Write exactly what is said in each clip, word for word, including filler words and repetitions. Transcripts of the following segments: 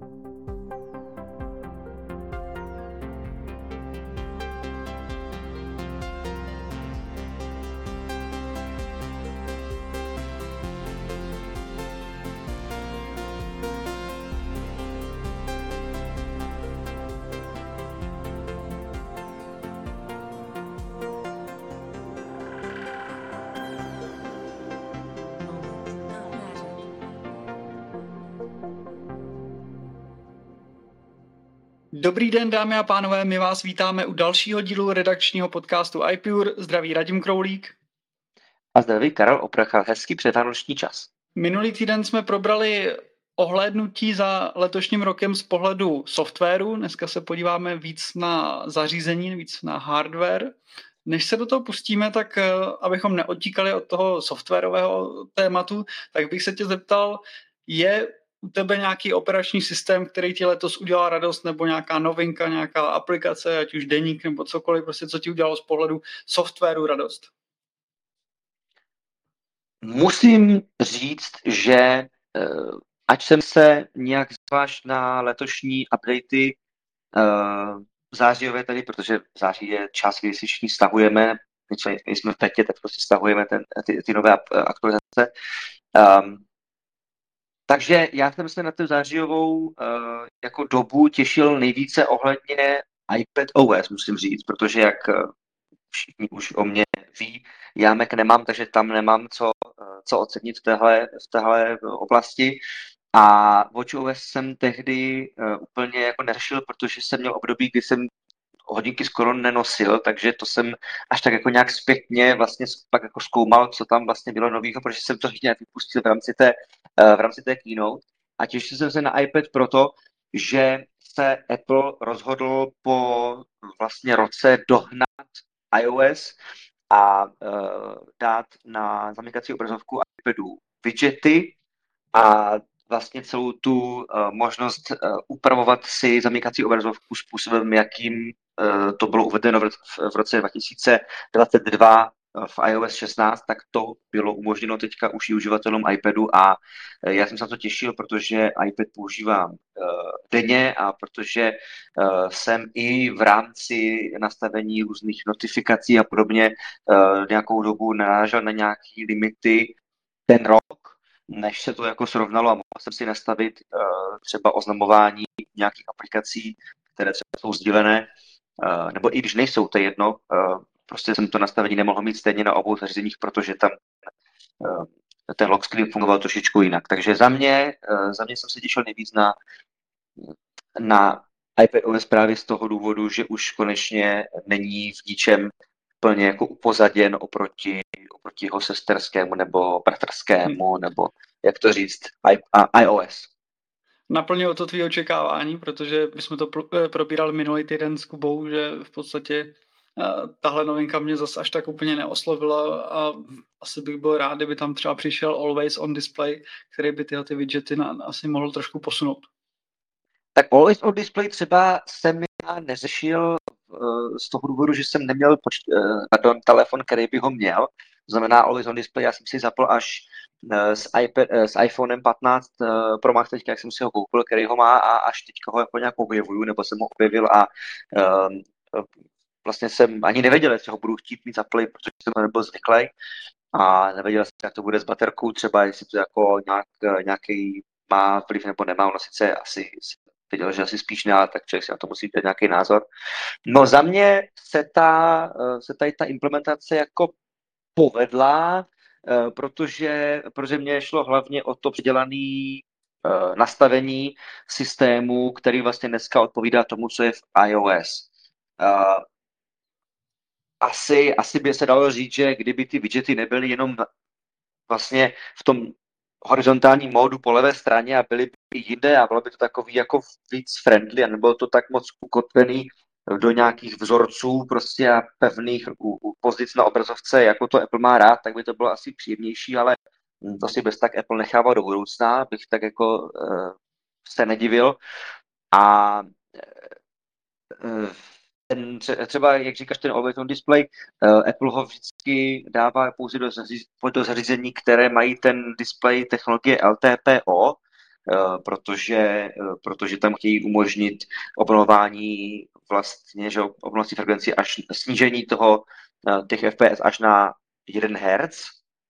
Dobrý den, dámy a pánové, my vás vítáme u dalšího dílu redakčního podcastu iPure. Zdraví Radim Kroulík. A zdraví Karel Opracha, hezký předvánoční čas. Minulý týden jsme probrali ohlédnutí za letošním rokem z pohledu softwaru. Dneska se podíváme víc na zařízení, víc na hardware. Než se do toho pustíme, tak abychom neodtíkali od toho softwarového tématu, tak bych se tě zeptal, je u tebe nějaký operační systém, který ti letos udělal radost, nebo nějaká novinka, nějaká aplikace, ať už deník nebo cokoliv, prostě co ti udělalo z pohledu softwaru radost? Musím říct, že ať jsem se nějak zvlášť na letošní updaty zářijové tady, protože září je čas, kdy si všichni stahujeme, něco jsme v petě, tak prostě stahujeme ten, ty, ty nové aktualizace. Um, Takže já jsem se na tu zářijovou uh, jako dobu těšil nejvíce ohledně iPadOS, musím říct, protože jak uh, všichni už o mě ví, já Mac nemám, takže tam nemám co, uh, co ocenit v téhle, v téhle oblasti. A watchOS jsem tehdy uh, úplně jako neřešil, protože jsem měl období, kdy jsem hodinky skoro nenosil, takže to jsem až tak jako nějak zpětně vlastně pak jako zkoumal, co tam vlastně bylo novýho, protože jsem to nějak vypustil v rámci té, v rámci té keynote. A těšil jsem se na iPad proto, že se Apple rozhodl po vlastně roce dohnat iOS a uh, dát na zamykací obrazovku iPadu widgety a vlastně celou tu uh, možnost uh, upravovat si zamykací obrazovku způsobem, jakým uh, to bylo uvedeno v, v roce dva tisíce dvacet dva uh, v iOS šestnáct, tak to bylo umožněno teďka už i uživatelům iPadu a uh, já jsem se na to těšil, protože iPad používám uh, denně a protože uh, jsem i v rámci nastavení různých notifikací a podobně uh, nějakou dobu narážel na nějaké limity ten rok, než se to jako srovnalo a mohl jsem si nastavit uh, třeba oznamování nějakých aplikací, které třeba jsou sdílené, uh, nebo i když nejsou, to je jedno, uh, prostě jsem to nastavení nemohl mít stejně na obou zařízeních, protože tam uh, ten lock screen fungoval trošičku jinak. Takže za mě, uh, za mě jsem se těšil nejvíc na, na iPadOS právě z toho důvodu, že už konečně není v ničem plně jako upozaděn oproti, oproti jeho sesterskému nebo bratrskému, hmm. nebo jak to říct, I, a, iOS. Naplnilo to tvý očekávání, protože my jsme to pro, probírali minulý týden s Kubou, že v podstatě uh, tahle novinka mě zase až tak úplně neoslovila a asi bych byl rád, kdyby tam třeba přišel Always on Display, který by tyhle ty widgety na, asi mohl trošku posunout. Tak Always on Display třeba jsem já neřešil z toho důvodu, že jsem neměl poč- pardon, telefon, který by ho měl. To znamená Always on Display, já jsem si zapl až s, iPad, s iPhonem patnáct Pro Max teďka, jak jsem si ho koupil, který ho má a až teďka ho jako nějak objevuju, nebo jsem ho objevil a um, vlastně jsem ani nevěděl, jestli ho budu chtít mít zaplý, protože jsem nebyl zvyklý a nevěděl jsem, jak to bude s baterkou, třeba jestli to jako nějak, nějaký má vliv nebo nemá, ono sice asi viděl, že asi spíš ne, ale tak člověk si na to musí dát nějaký názor. No za mě se, ta, se tady ta implementace jako povedla, protože, protože mě šlo hlavně o to předělané nastavení systému, který vlastně dneska odpovídá tomu, co je v iOS. Asi, asi by se dalo říct, že kdyby ty widgety nebyly jenom vlastně v tom horizontální módu po levé straně a byly by jinde a bylo by to takový jako víc friendly a nebylo to tak moc ukotvený do nějakých vzorců prostě a pevných u, u pozic na obrazovce, jako to Apple má rád, tak by to bylo asi příjemnější, ale to si bez tak Apple nechává do budoucna, bych tak jako uh, se nedivil. A uh, ten, třeba, jak říkáš, ten Always on Display, uh, Apple ho vždycky dává pouze do, zaříz, do zařízení, které mají ten display technologie L T P O protože, protože tam chtějí umožnit obnovování vlastně, že obnovací frekvenci až snížení toho těch F P S až na jeden hertz,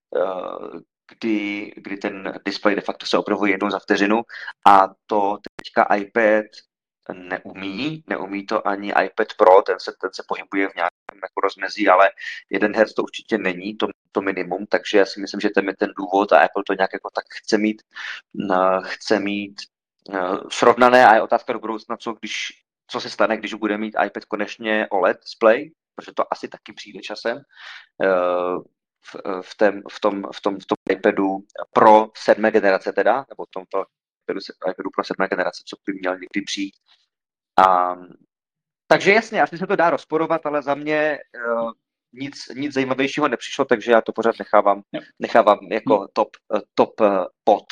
kdy, kdy ten displej de facto se obnovuje jednou za vteřinu a to teďka iPad neumí, neumí to ani iPad Pro, ten se, ten se pohybuje v nějakém jako rozmezí, ale jeden hertz to určitě není, to, to minimum, takže já si myslím, že ten je ten důvod a Apple to nějak jako tak chce mít, chce mít srovnané a je otázka do budoucna, co, když, co se stane, když bude mít iPad konečně O L E D display, protože to asi taky přijde časem, v, v, tém, v, tom, v, tom, v tom iPadu Pro sedmé generace teda, nebo v tomto iPadu, iPadu Pro sedmé generace, co by měl někdy přijít. A, takže jasně, asi se to dá rozporovat, ale za mě uh, nic, nic zajímavějšího nepřišlo, takže já to pořád nechávám, nechávám jako top, top uh, pod.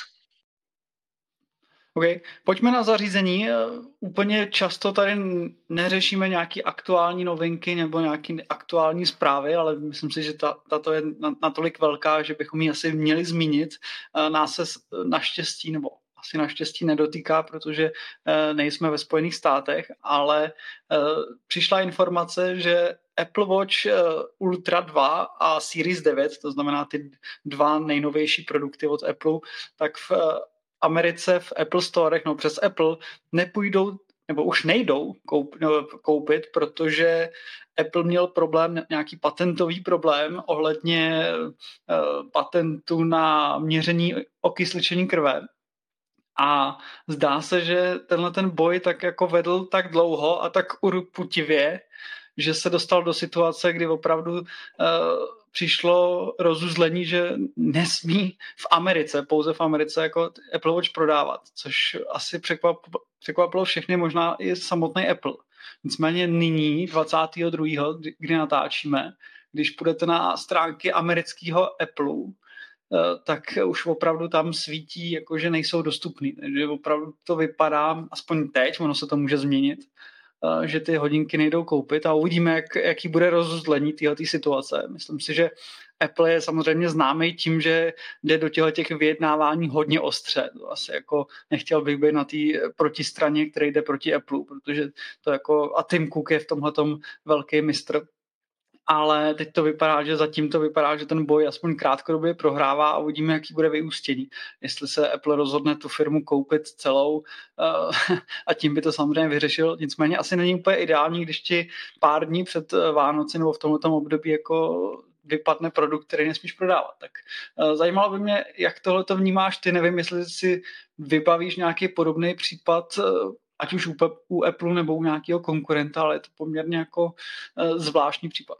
OK, pojďme na zařízení. Úplně často tady neřešíme nějaké aktuální novinky nebo nějaké aktuální zprávy, ale myslím si, že ta, tato je natolik velká, že bychom ji asi měli zmínit. Nás se naštěstí, nebo asi naštěstí nedotýká, protože nejsme ve Spojených státech, ale přišla informace, že Apple Watch Ultra dva a Series devět, to znamená ty dva nejnovější produkty od Apple, tak v Americe v Apple Storech, no přes Apple, nepůjdou, nebo už nejdou koup, no, koupit, protože Apple měl problém, nějaký patentový problém ohledně uh, patentu na měření okysličení krve. A zdá se, že tenhle ten boj tak jako vedl tak dlouho a tak urputivě, že se dostal do situace, kdy opravdu uh, přišlo rozuzlení, že nesmí v Americe, pouze v Americe, jako Apple Watch prodávat, což asi překvapilo, překvapilo všechny, možná i samotný Apple. Nicméně nyní, dvacátého druhého kdy natáčíme, když půjdete na stránky amerického Apple, tak už opravdu tam svítí, jako že nejsou dostupný. Takže opravdu to vypadá, aspoň teď, ono se to může změnit, že ty hodinky nejdou koupit a uvidíme, jak, jaký bude rozuzlení této situace. Myslím si, že Apple je samozřejmě známý tím, že jde do těchto těch vyjednávání hodně ostře. To asi jako nechtěl bych být na té protistraně, který jde proti Apple, protože to jako, a Tim Cook je v tomhletom velký mistr. Ale teď to vypadá, že zatím to vypadá, že ten boj aspoň krátkodobě prohrává a uvidíme, jaký bude vyústění. Jestli se Apple rozhodne tu firmu koupit celou uh, a tím by to samozřejmě vyřešil. Nicméně asi není úplně ideální, když ti pár dní před Vánoci nebo v tomto období jako vypadne produkt, který nesmíš prodávat. Tak uh, zajímalo by mě, jak tohle to vnímáš ty. Nevím, jestli si vybavíš nějaký podobný případ, uh, ať už u, u Apple nebo u nějakého konkurenta, ale je to poměrně jako uh, zvláštní případ.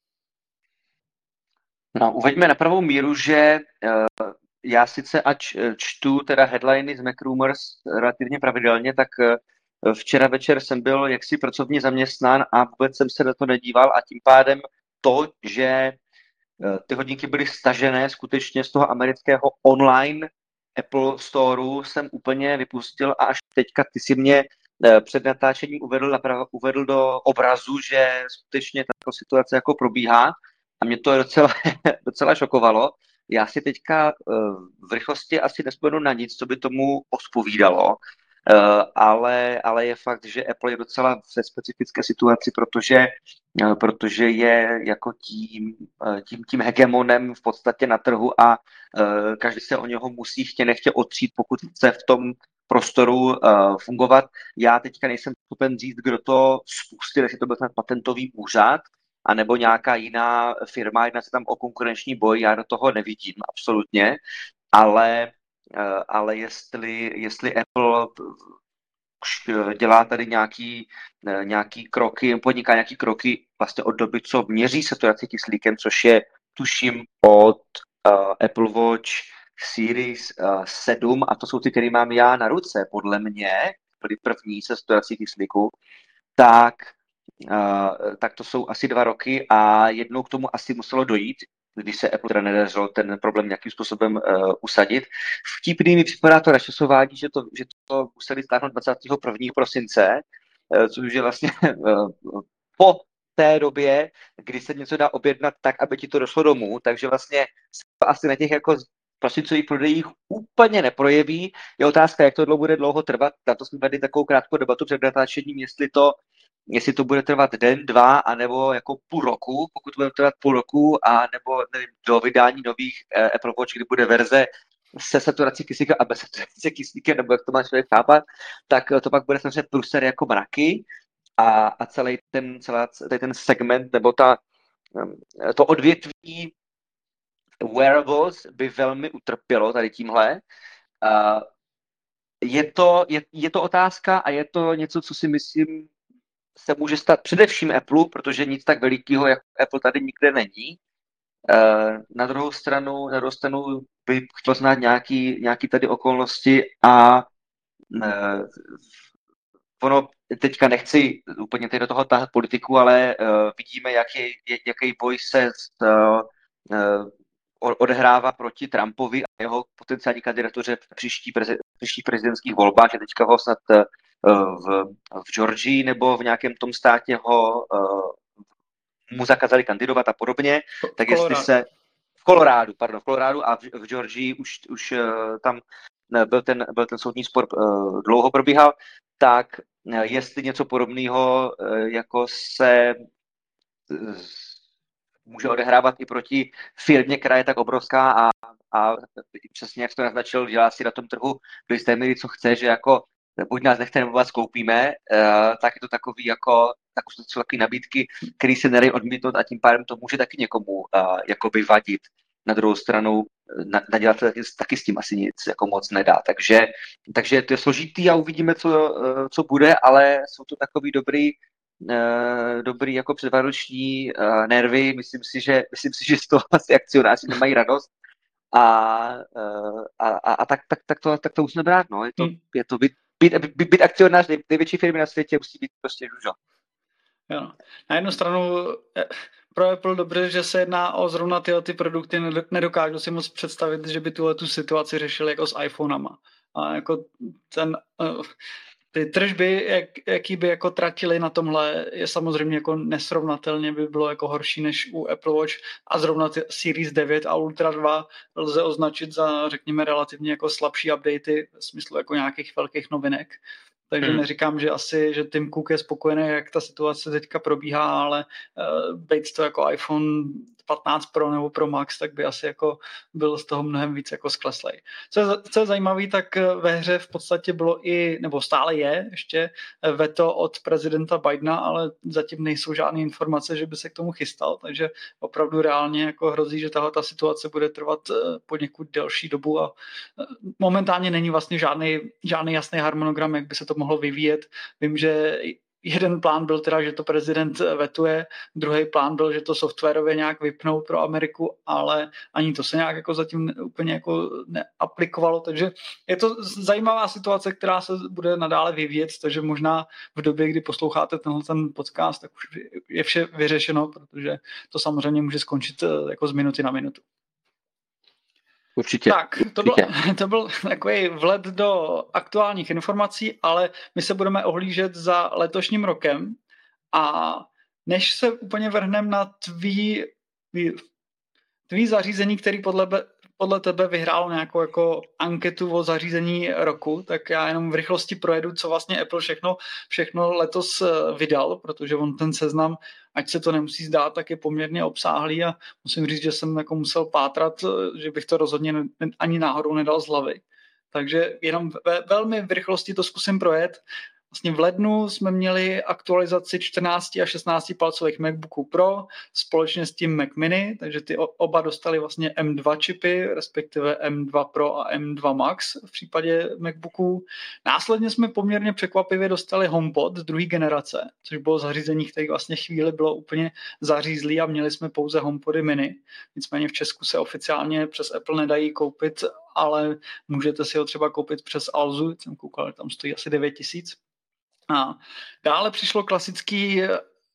No, uveďme na pravou míru, že uh, já sice ač čtu teda headliny z Mac Rumors relativně pravidelně, tak uh, včera večer jsem byl jaksi pracovně zaměstnán a vůbec jsem se na to nedíval a tím pádem to, že uh, ty hodinky byly stažené skutečně z toho amerického online Apple Storeu, jsem úplně vypustil a až teďka ty si mě uh, před natáčením uvedl, napravo, uvedl do obrazu, že skutečně tato situace jako probíhá. A mě to docela, docela šokovalo. Já si teďka v rychlosti asi nespomenu na nic, co by tomu odpovídalo, ale, ale je fakt, že Apple je docela ve specifické situaci, protože, protože je jako tím, tím, tím hegemonem v podstatě na trhu a každý se o něho musí chtě nechtě otřít, pokud chce v tom prostoru fungovat. Já teďka nejsem schopen říct, kdo to spustil, jestli to byl ten patentový úřad, a nebo nějaká jiná firma, jedná se tam o konkurenční boj, já do toho nevidím absolutně, ale, ale jestli, jestli Apple už dělá tady nějaký, nějaký kroky, podniká nějaký kroky vlastně od doby, co měří saturaci kyslíkem, což je tuším od uh, Apple Watch Series uh, sedm a to jsou ty, které mám já na ruce, podle mě, byly první se saturací kyslíku, tak Uh, tak to jsou asi dva roky a jednou k tomu asi muselo dojít, když se Apple teda nedařilo ten problém nějakým způsobem uh, usadit. Vtipný mi připadá to načasování, že to, že to museli stáhnout dvacátého prvního prosince, uh, což je vlastně uh, po té době, kdy se něco dá objednat tak, aby ti to došlo domů, takže vlastně se to asi na těch jako prosincových prodejích úplně neprojeví. Je otázka, jak to dlouho bude dlouho trvat. Na to jsme vedli takovou krátkou debatu před natáčením, jestli to, jestli to bude trvat den, dva, anebo jako půl roku, pokud bude trvat půl roku, a nebo nevím, do vydání nových eh, Apple Watch, kdy bude verze se saturací kyslíka a bez saturace kyslíka, nebo jak to má člověk chápat, tak to pak bude samozřejmě pruser jako mraky a, a celý ten, celá, celý ten segment, nebo ta, to odvětví wearables by velmi utrpělo tady tímhle. Uh, je, to, je, je to otázka a je to něco, co si myslím, se může stát především Apple, protože nic tak velikého jako Apple tady nikde není. Uh, na druhou stranu, na druhou stranu by chtěl znát nějaký, nějaký tady okolnosti a uh, ono, teďka nechci úplně tady do toho tahat politiku, ale uh, vidíme, jaký, jaký boj se uh, uh, odehrává proti Trumpovi a jeho potenciální kandidatuře v příští prezi, příštích prezidentských volbách, že teďka ho snad uh, v, v Georgii nebo v nějakém tom státě ho uh, mu zakázali kandidovat a podobně, tak jestli se v Kolorádu, pardon, v Kolorádu a v, v Georgii už, už uh, tam byl ten, byl ten soudní spor uh, dlouho probíhal, tak uh, jestli něco podobného uh, jako se uh, může odehrávat i proti firmě, která je tak obrovská a, a přesně jak jsi to naznačil, dělá si na tom trhu do jisté míry, co chce, že jako buď nás nechte, nebo vás koupíme, uh, tak je to takový jako, tak už to jsou takové nabídky, které se nedají odmítnout a tím pádem to může taky někomu uh, jakoby vadit. Na druhou stranu na, nadělat taky, taky s tím asi nic jako moc nedá. Takže, takže to je složitý a uvidíme, co, uh, co bude, ale jsou to takový dobrý Uh, dobrý jako předvánoční uh, nervy. Myslím si, že, myslím si, že z toho asi akcionáři nemají radost. A, uh, a, a, a tak, tak, tak, to, tak to musíme brát. No. Je to, hmm. je to být, být, být, být akcionář největší firmy na světě musí být prostě žužo. Jo. Na jednu stranu pro Apple dobře, že se jedná o zrovna tyhle ty produkty, nedokážu si moc představit, že by tuhle tu situaci řešili jako s iPhonama. A jako ten... Uh, Ty tržby, jak, jaký by jako tratili na tomhle, je samozřejmě jako nesrovnatelně by bylo jako horší než u Apple Watch a zrovna ty Series devět a Ultra dva lze označit za, řekněme, relativně jako slabší updaty v smyslu jako nějakých velkých novinek. Takže hmm. neříkám, že asi, že Tim Cook je spokojený, jak ta situace teďka probíhá, ale uh, být to jako iPhone patnáct Pro nebo Pro Max, tak by asi jako byl z toho mnohem víc jako skleslej. Co je, co je zajímavé, tak ve hře v podstatě bylo i, nebo stále je ještě veto od prezidenta Bidena, ale zatím nejsou žádné informace, že by se k tomu chystal, takže opravdu reálně jako hrozí, že tahle ta situace bude trvat poněkud delší dobu a momentálně není vlastně žádný, žádný jasný harmonogram, jak by se to mohlo vyvíjet. Vím, že jeden plán byl teda, že to prezident vetuje, druhý plán byl, že to softwarově nějak vypnou pro Ameriku, ale ani to se nějak jako zatím úplně jako neaplikovalo, takže je to zajímavá situace, která se bude nadále vyvíjet, takže možná v době, kdy posloucháte tenhle ten podcast, tak už je vše vyřešeno, protože to samozřejmě může skončit jako z minuty na minutu. Určitě. Tak, to byl, to byl takový vlet do aktuálních informací, ale my se budeme ohlížet za letošním rokem a než se úplně vrhneme na tvý, tvý zařízení, který podle, podle tebe vyhrálo nějakou jako anketu o zařízení roku, tak já jenom v rychlosti projedu, co vlastně Apple všechno, všechno letos vydal, protože on ten seznam, ať se to nemusí zdát, tak je poměrně obsáhlý a musím říct, že jsem jako musel pátrat, že bych to rozhodně ani náhodou nedal z hlavy. Takže jenom ve, velmi v rychlosti to zkusím projet. Vlastně v lednu jsme měli aktualizaci čtrnáct a šestnáct palcových MacBooků Pro společně s tím Mac Mini, takže ty oba dostali vlastně M dva čipy, respektive M dva Pro a M dva Max v případě MacBooků. Následně jsme poměrně překvapivě dostali HomePod druhé generace, což bylo zařízení, které vlastně chvíli bylo úplně zařízlý a měli jsme pouze HomePody Mini. Nicméně v Česku se oficiálně přes Apple nedají koupit, ale můžete si ho třeba koupit přes Alzu, jsem koukal, tam stojí asi devět tisíc. A dále přišlo klasický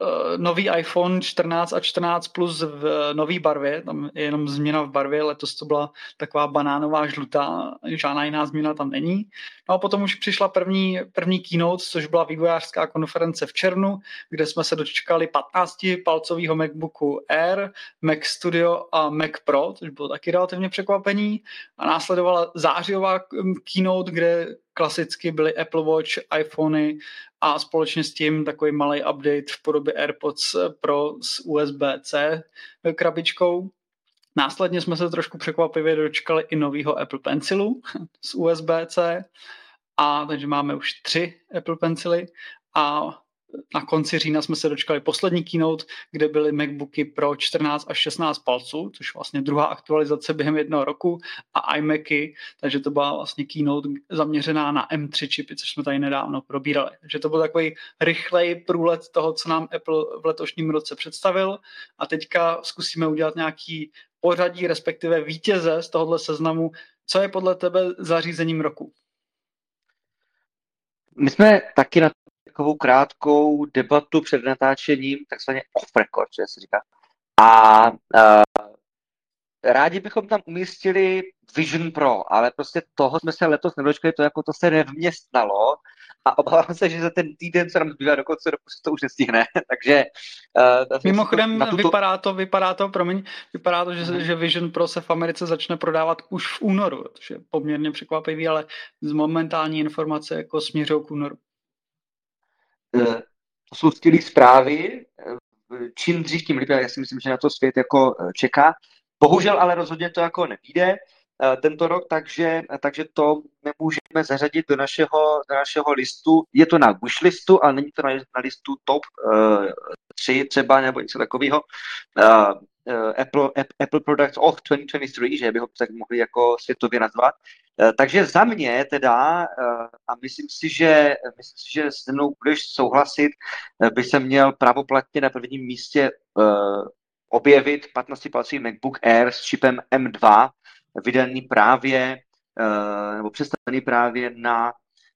nový iPhone čtrnáct a čtrnáct plus v nový barvě, tam je jenom změna v barvě, letos to byla taková banánová žlutá, žádná jiná změna tam není. No a potom už přišla první, první keynote, což byla vývojářská konference v červnu, kde jsme se dočkali patnáctipalcového MacBooku Air, Mac Studio a Mac Pro, což bylo taky relativně překvapení. A následovala zářijová keynote, kde klasicky byly Apple Watch, iPhony a společně s tím takový malý update v podobě AirPods Pro s U S B C krabičkou. Následně jsme se trošku překvapivě dočkali i nového Apple Pencilu s U S B C, a takže máme už tři Apple Pencily a na konci října jsme se dočkali poslední keynote, kde byly MacBooky Pro čtrnáct až šestnáct palců, což vlastně druhá aktualizace během jednoho roku, a iMacy, takže to byla vlastně keynote zaměřená na M tři čipy, což jsme tady nedávno probírali. Takže to byl takový rychlej průlet toho, co nám Apple v letošním roce představil, a teďka zkusíme udělat nějaký pořadí, respektive vítěze z tohohle seznamu. Co je podle tebe zařízením roku? My jsme taky na takovou krátkou debatu před natáčením, takzvaně off record, že se říká. A uh, rádi bychom tam umístili Vision Pro, ale prostě toho jsme se letos nedočkali, to jako to se nevměstnalo a obávám se, že za ten týden, co nám zbývá do konce roku, se to už nestihne, takže... Uh, Mimochodem to, tuto... vypadá to, vypadá to, promiň, vypadá to, že, mm-hmm. že Vision Pro se v Americe začne prodávat už v únoru, což je poměrně překvapivý, ale z momentální informace jako směřují k únoru. To jsou skvělé zprávy, čím dřív, tím líp, já si myslím, že na to svět jako čeká. Bohužel ale rozhodně to jako nevíde tento rok, takže, takže to nemůžeme zařadit do našeho, do našeho listu. Je to na wishlistu, ale není to na, na listu top uh, tři třeba nebo něco takového. Uh, uh, Apple, Apple Products of dvacet dvacet tři, že by ho tak mohli jako světově nazvat. Uh, takže za mě teda, uh, a myslím si, že, myslím si, že se mnou budeš souhlasit, uh, by se měl právoplatně na prvním místě uh, objevit patnáctipalcový MacBook Air s čipem M dva, vydaný právě, uh, nebo představený právě na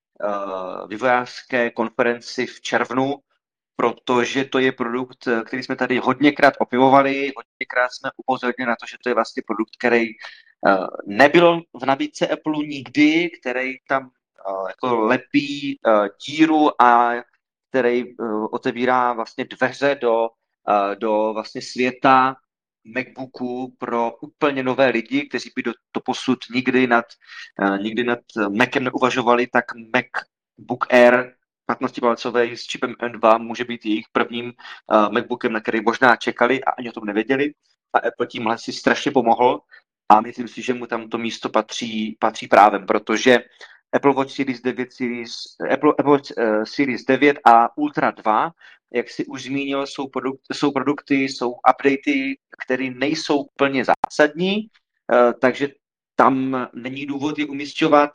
uh, vývojářské konferenci v červnu, protože to je produkt, který jsme tady hodněkrát opěvovali, hodněkrát jsme upozornili na to, že to je vlastně produkt, který uh, nebyl v nabídce Apple nikdy, který tam uh, jako lepí uh, díru a který uh, otevírá vlastně dveře do, uh, do vlastně světa MacBooku pro úplně nové lidi, kteří by do, do posud nikdy nad, uh, nikdy nad Macem neuvažovali, tak MacBook Air patnáctipalcový s čipem M dva může být jejich prvním uh, MacBookem, na který možná čekali a ani o tom nevěděli. A Apple tímhle si strašně pomohl a myslím si, že mu tam to místo patří, patří právem, protože Apple Watch Series devět, Series, Apple, Apple Watch uh, Series devět a Ultra dva, jak si už zmínil, jsou, produkt, jsou produkty, jsou updaty, které nejsou úplně zásadní, uh, takže tam není důvod je umísťovat.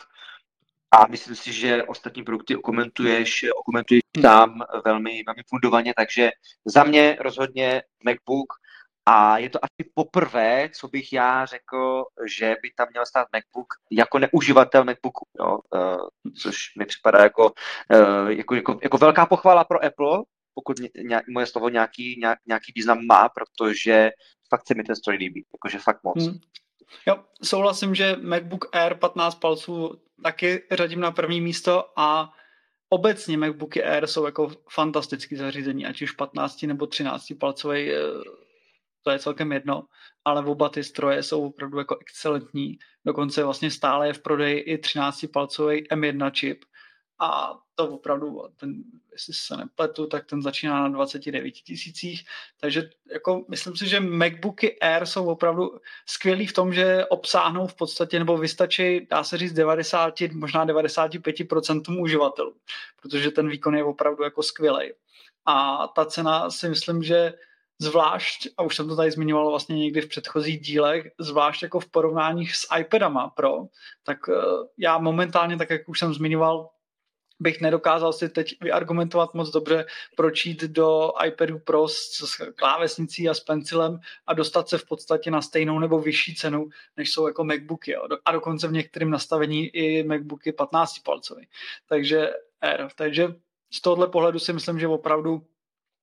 A myslím si, že ostatní produkty okomentuješ, okomentuješ tam velmi, velmi fundovaně, takže za mě rozhodně MacBook a je to asi poprvé, co bych já řekl, že by tam měl stát MacBook jako neuživatel MacBooku, jo? Uh, což mi připadá jako, uh, jako, jako, jako velká pochvala pro Apple, pokud ně, moje slovo nějaký, nějak, nějaký význam má, protože fakt se mi ten stroj líbí, jakože fakt moc. Hmm. Jo, souhlasím, že MacBook Air patnáct palců taky řadím na první místo a obecně MacBooky Air jsou jako fantastické zařízení, ať už patnáct nebo třináct palcový, to je celkem jedno, ale oba ty stroje jsou opravdu jako excelentní. Dokonce vlastně stále je v prodeji i třináct palcový M jedna čip a to opravdu, ten, jestli se nepletu, tak ten začíná na dvacet devět tisících, takže jako myslím si, že MacBooky Air jsou opravdu skvělý v tom, že obsáhnou v podstatě, nebo vystačí, dá se říct, devadesát, možná devadesát pět procent uživatelů, protože ten výkon je opravdu jako skvělej. A ta cena si myslím, že zvlášť, a už jsem to tady zmiňoval vlastně někdy v předchozích dílech, zvlášť jako v porovnání s iPadama Pro, tak já momentálně, tak jak už jsem zmiňoval, bych nedokázal si teď vyargumentovat moc dobře, proč jít do iPadu Pro s klávesnicí a s pencilem a dostat se v podstatě na stejnou nebo vyšší cenu, než jsou jako MacBooky. Jo. A dokonce v některém nastavení i MacBooky patnáctipalcový. Takže Air. Takže z tohohle pohledu si myslím, že opravdu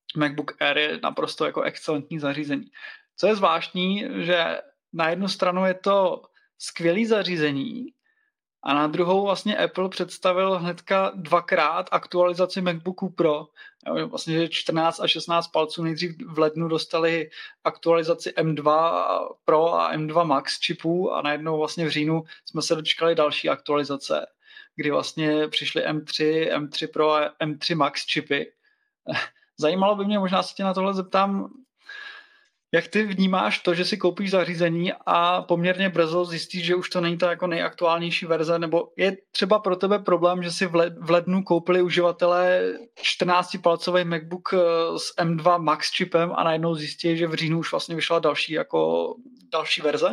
MacBook Air je naprosto jako excelentní zařízení. Co je zvláštní, že na jednu stranu je to skvělý zařízení a na druhou vlastně Apple představil hnedka dvakrát aktualizaci MacBooku Pro. Vlastně že čtrnáct a šestnáct palců nejdřív v lednu dostali aktualizaci M dva Pro a M dva Max čipů a najednou vlastně v říjnu jsme se dočkali další aktualizace, kdy vlastně přišly M tři, M tři Pro a M tři Max čipy. Zajímalo by mě, možná se tě na tohle zeptám, jak ty vnímáš to, že si koupíš zařízení a poměrně brzo zjistíš, že už to není ta jako nejaktuálnější verze, nebo je třeba pro tebe problém, že si v lednu koupili uživatelé čtrnáctipalcový MacBook s M dva Max čipem a najednou zjistí, že v říjnu už vlastně vyšla další jako další verze?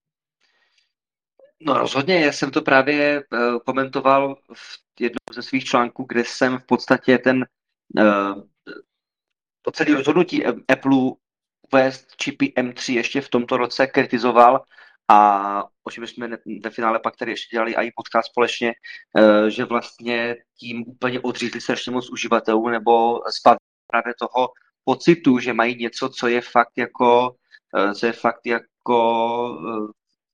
No rozhodně, já jsem to právě uh, komentoval v jednom ze svých článků, kde jsem v podstatě ten uh, to celé rozhodnutí Apple uvést čipy M tři ještě v tomto roce kritizoval a o čem jsme ve finále pak tady ještě dělali i podcast společně, uh, že vlastně tím úplně odřízli strašně moc uživatelů nebo zbavili právě toho pocitu, že mají něco, co je fakt jako, uh, co je fakt jako uh,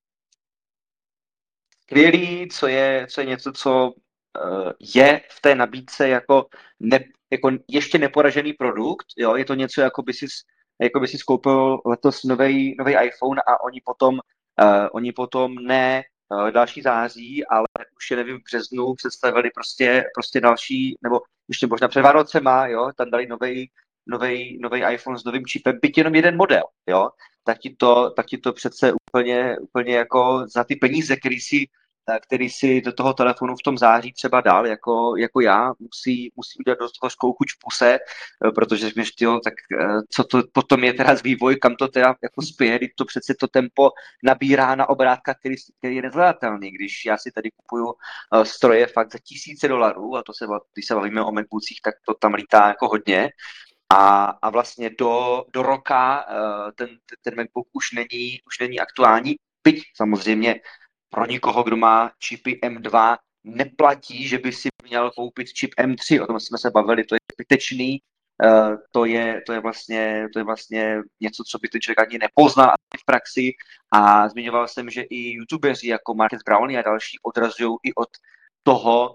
skvělý, co je, co je něco, co uh, je v té nabídce jako, ne, jako ještě neporažený produkt. Jo? Je to něco, jako by si, jako by si skoupil letos nový iPhone a oni potom, uh, oni potom ne uh, další září, ale už je nevím, v březnu představili prostě, prostě další, nebo ještě možná před Vánocema, jo? Tam dali nový nový iPhone s novým čipem, byť jenom jeden model, jo? Tak ti to, tak ti to přece úplně, úplně jako za ty peníze, který si, který si do toho telefonu v tom září třeba dal, jako, jako já, musí, musí udělat do toho škoukuč v puse, protože řekneš, tyjo, tak co to potom je teda z vývoj, kam to teda jako spěje, když to přece to tempo nabírá na obrátka, který, který je nezvládatelný. Když já si tady kupuju stroje fakt za tisíce dolarů, a to se, když se bavíme o MacBookích, tak to tam lítá jako hodně, A, a vlastně do, do roka uh, ten, ten MacBook už není, už není aktuální, byť samozřejmě pro nikoho, kdo má čipy M dva, neplatí, že by si měl koupit čip M tři, o tom jsme se bavili, to je zbytečný, uh, to, je, to, je vlastně, to je vlastně něco, co by ten člověk ani nepoznal v praxi a zmiňoval jsem, že i youtubeři jako Marques Brownlee a další odrazují i od toho,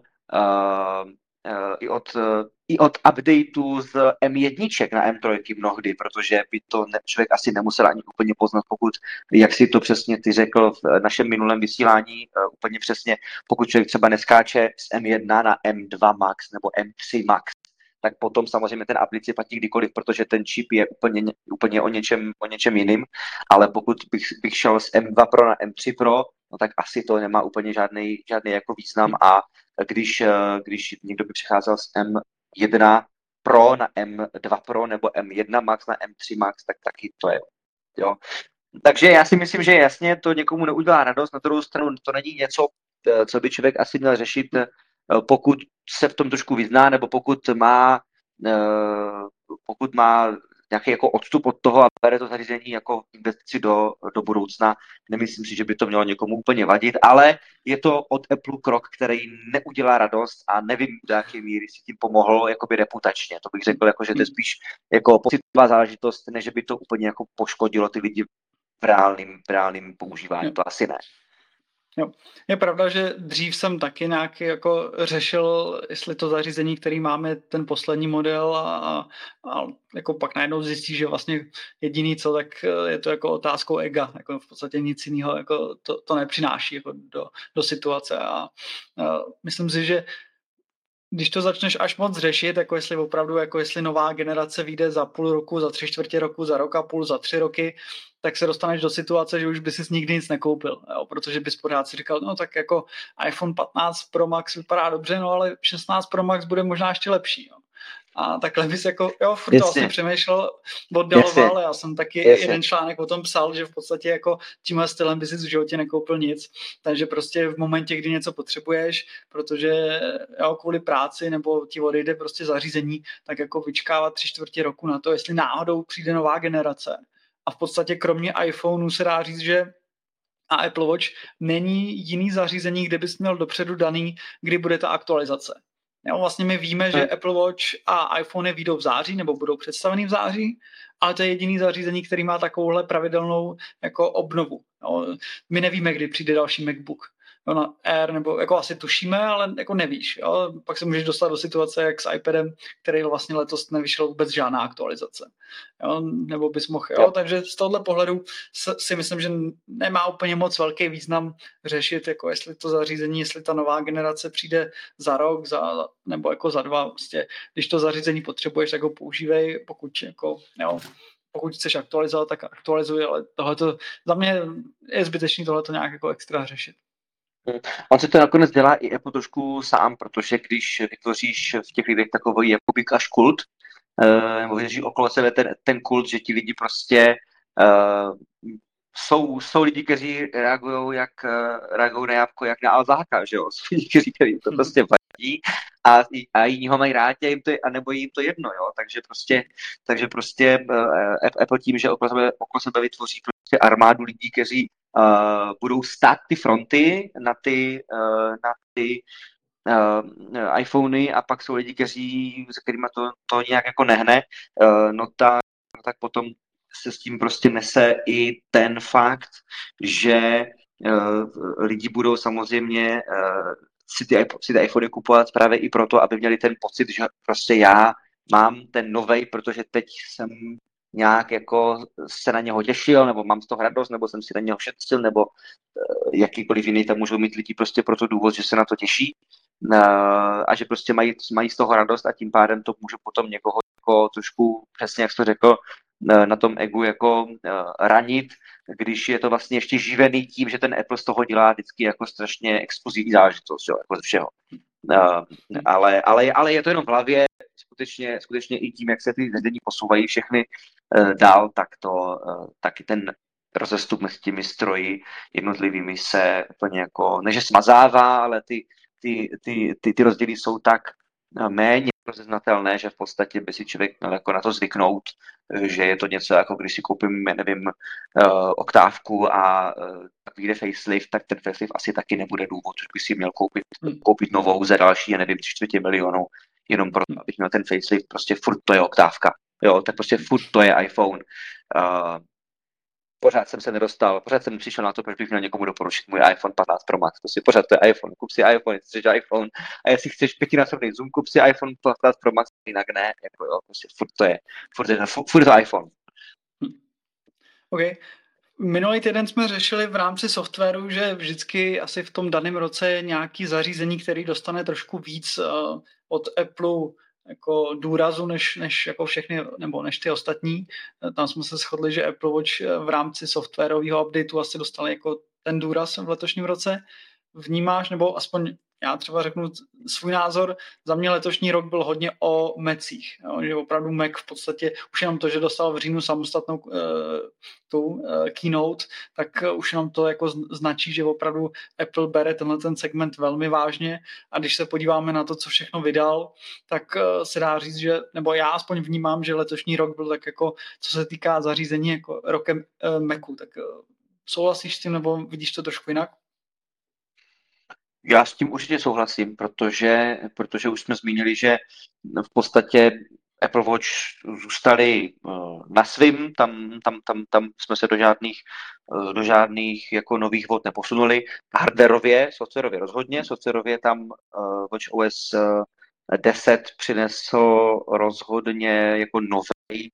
uh, uh, i od uh, i od updateu z M jedna na M tři mnohdy, protože by to ne, člověk asi nemusel ani úplně poznat, pokud, jak si to přesně ty řekl v našem minulém vysílání, uh, úplně přesně, pokud člověk třeba neskáče z M jedna na M dva Max nebo M tři Max, tak potom samozřejmě ten aplici platí kdykoliv, protože ten čip je úplně, úplně o, něčem, o něčem jiným, ale pokud bych, bych šel z M dva Pro na M tři Pro, no tak asi to nemá úplně žádný, žádný jako význam a když, když někdo by přecházel z M jedna Pro na M dva Pro nebo M jedna Max na M tři Max, tak taky to je. Jo. Takže já si myslím, že jasně to někomu neudělá radost, na druhou stranu to není něco, co by člověk asi měl řešit, pokud se v tom trošku vyzná, nebo pokud má, pokud má nějaký jako odstup od toho a bere to zařízení jako investici do, do budoucna. Nemyslím si, že by to mělo někomu úplně vadit, ale je to od Apple krok, který neudělá radost a nevím, do jaké míry si tím pomohl jakoby reputačně. To bych řekl, jako, že to je spíš jako pocitová záležitost, než by to úplně jako poškodilo ty lidi v reálným, v reálným používání. To asi ne. Jo. Je pravda, že dřív jsem taky nějak jako řešil, jestli to zařízení, který máme, ten poslední model a, a jako pak najednou zjistí, že vlastně jediný co, tak je to jako otázkou ega, jako v podstatě nic jiného jako to, to nepřináší jako do, do situace a, a myslím si, že když to začneš až moc řešit, jako jestli opravdu, jako jestli nová generace vyjde za půl roku, za tři čtvrtě roku, za rok a půl, za tři roky, tak se dostaneš do situace, že už by si nikdy nic nekoupil, jo? Protože bys pořád si říkal, no tak jako iPhone patnáct Pro Max vypadá dobře, no ale šestnáct Pro Max bude možná ještě lepší. Jo? A takhle bys jako, jo, furt to vlastně přemýšlel, oddaloval, já jsem taky Jasně. jeden článek o tom psal, že v podstatě jako tímhle stylem bys si v životě nekoupil nic, takže prostě v momentě, kdy něco potřebuješ, protože jo, kvůli práci nebo ti odejde prostě zařízení, tak jako vyčkávat tři čtvrtě roku na to, jestli náhodou přijde nová generace. A v podstatě kromě iPhoneu se dá říct, že a Apple Watch není jiný zařízení, kde bys měl dopředu daný, kdy bude ta aktualizace. Jo, vlastně my víme, že Apple Watch a iPhone vyjdou v září nebo budou představeny v září, ale to je jediný zařízení, který má takovouhle pravidelnou jako obnovu. Jo. My nevíme, kdy přijde další MacBook. Jo, na Air, nebo jako asi tušíme, ale jako nevíš. Jo. Pak se můžeš dostat do situace, jak s iPadem, který vlastně letos nevyšel vůbec žádná aktualizace. Jo, nebo bys mohl, jo. Takže z tohohle pohledu si myslím, že nemá úplně moc velký význam řešit, jako jestli to zařízení, jestli ta nová generace přijde za rok, za, nebo jako za dva. Prostě, když to zařízení potřebuješ, tak ho používej, pokud jako, jo, pokud chceš aktualizovat, tak aktualizuj, ale tohleto, za mě je zbytečný tohleto nějak jako extra řešit. On se to nakonec dělá i Apple trošku sám, protože když vytvoříš v těch lidech takový jakoby až kult, uh, nebo vytvoříš okolo sebe ten, ten kult, že ti lidi prostě uh, jsou, jsou lidi, kteří reagují jak uh, reagují na jabko, jak na Alzáka, že jo? Jsou lidi, kteří, kteří to prostě vadí a, a jiní ho mají rádi a jim to, a nebo jim to jedno, jo? Takže prostě, takže prostě uh, Apple tím, že okolo sebe, okolo sebe vytvoří prostě armádu lidí, kteří Uh, budou stát ty fronty na ty, uh, na ty uh, iPhony a pak jsou lidi, kteří, se kterými to, to nějak jako nehne, uh, no, tak, no tak potom se s tím prostě nese i ten fakt, že uh, lidi budou samozřejmě uh, si, ty, si ty iPhony kupovat právě i proto, aby měli ten pocit, že prostě já mám ten novej, protože teď jsem nějak jako se na něho těšil, nebo mám z toho radost, nebo jsem si na něho šetřil, nebo uh, jakýkoliv jiný tam můžou mít lidi prostě pro to důvod, že se na to těší uh, a že prostě mají, mají z toho radost a tím pádem to může potom někoho jako trošku, přesně jak jsi to řekl, uh, na tom egu jako uh, ranit, když je to vlastně ještě živený tím, že ten Apple z toho dělá vždycky jako strašně exkluzivní záležitost, jo, jako ze všeho. Uh, ale, ale, ale je to jenom v hlavě, skutečně, skutečně i tím, jak se ty zařízení posouvají všechny uh, dál, tak to uh, taky ten rozestup mezi těmi stroji jednotlivými se úplně jako, ne že smazává, ale ty, ty, ty, ty, ty rozdíly jsou tak méně rozeznatelné, že v podstatě by si člověk měl jako na to zvyknout, že je to něco jako když si koupím, nevím, uh, oktávku a uh, tak vyjde facelift, tak ten facelift asi taky nebude důvod, že by si měl koupit, koupit novou za další, já nevím, tři čtvrtě milionu, jenom proto, abych měl ten facelift, prostě furt to je oktávka, jo, tak prostě furt to je iPhone. Uh, Pořád jsem se nedostal, pořád jsem přišel na to, proč bych měl někomu doporučit můj iPhone patnáct Pro Max. To si pořád to je iPhone, kup si iPhone, jestli chceš iPhone a jestli chceš pětinásobný zoom, kup si iPhone patnáct Pro Max, jinak ne, jako jo, prostě furt to je, furt je, furt je to iPhone. OK. Minulý týden jsme řešili v rámci softwaru, že vždycky asi v tom daném roce je nějaký zařízení, který dostane trošku víc uh, od Apple jako důrazu než, než jako všechny, nebo než ty ostatní. Tam jsme se shodli, že Apple Watch v rámci softwarového updateu asi dostali jako ten důraz v letošním roce. Vnímáš, nebo aspoň já třeba řeknu svůj názor, za mě letošní rok byl hodně o Macích, jo, že opravdu Mac v podstatě, už jenom to, že dostal v říjnu samostatnou uh, tu uh, keynote, tak uh, už nám to jako značí, že opravdu Apple bere tenhle ten segment velmi vážně a když se podíváme na to, co všechno vydal, tak uh, se dá říct, že, nebo já aspoň vnímám, že letošní rok byl tak jako, co se týká zařízení, jako rokem uh, Macu, tak uh, souhlasíš s tím, nebo vidíš to trošku jinak? Já s tím určitě souhlasím, protože, protože už jsme zmínili, že v podstatě Apple Watch zůstali na svým, tam, tam, tam, tam jsme se do žádných, do žádných jako nových vod neposunuli. Hardwareově, softwarově rozhodně, softwarově tam watchOS deset přinesl rozhodně jako nový,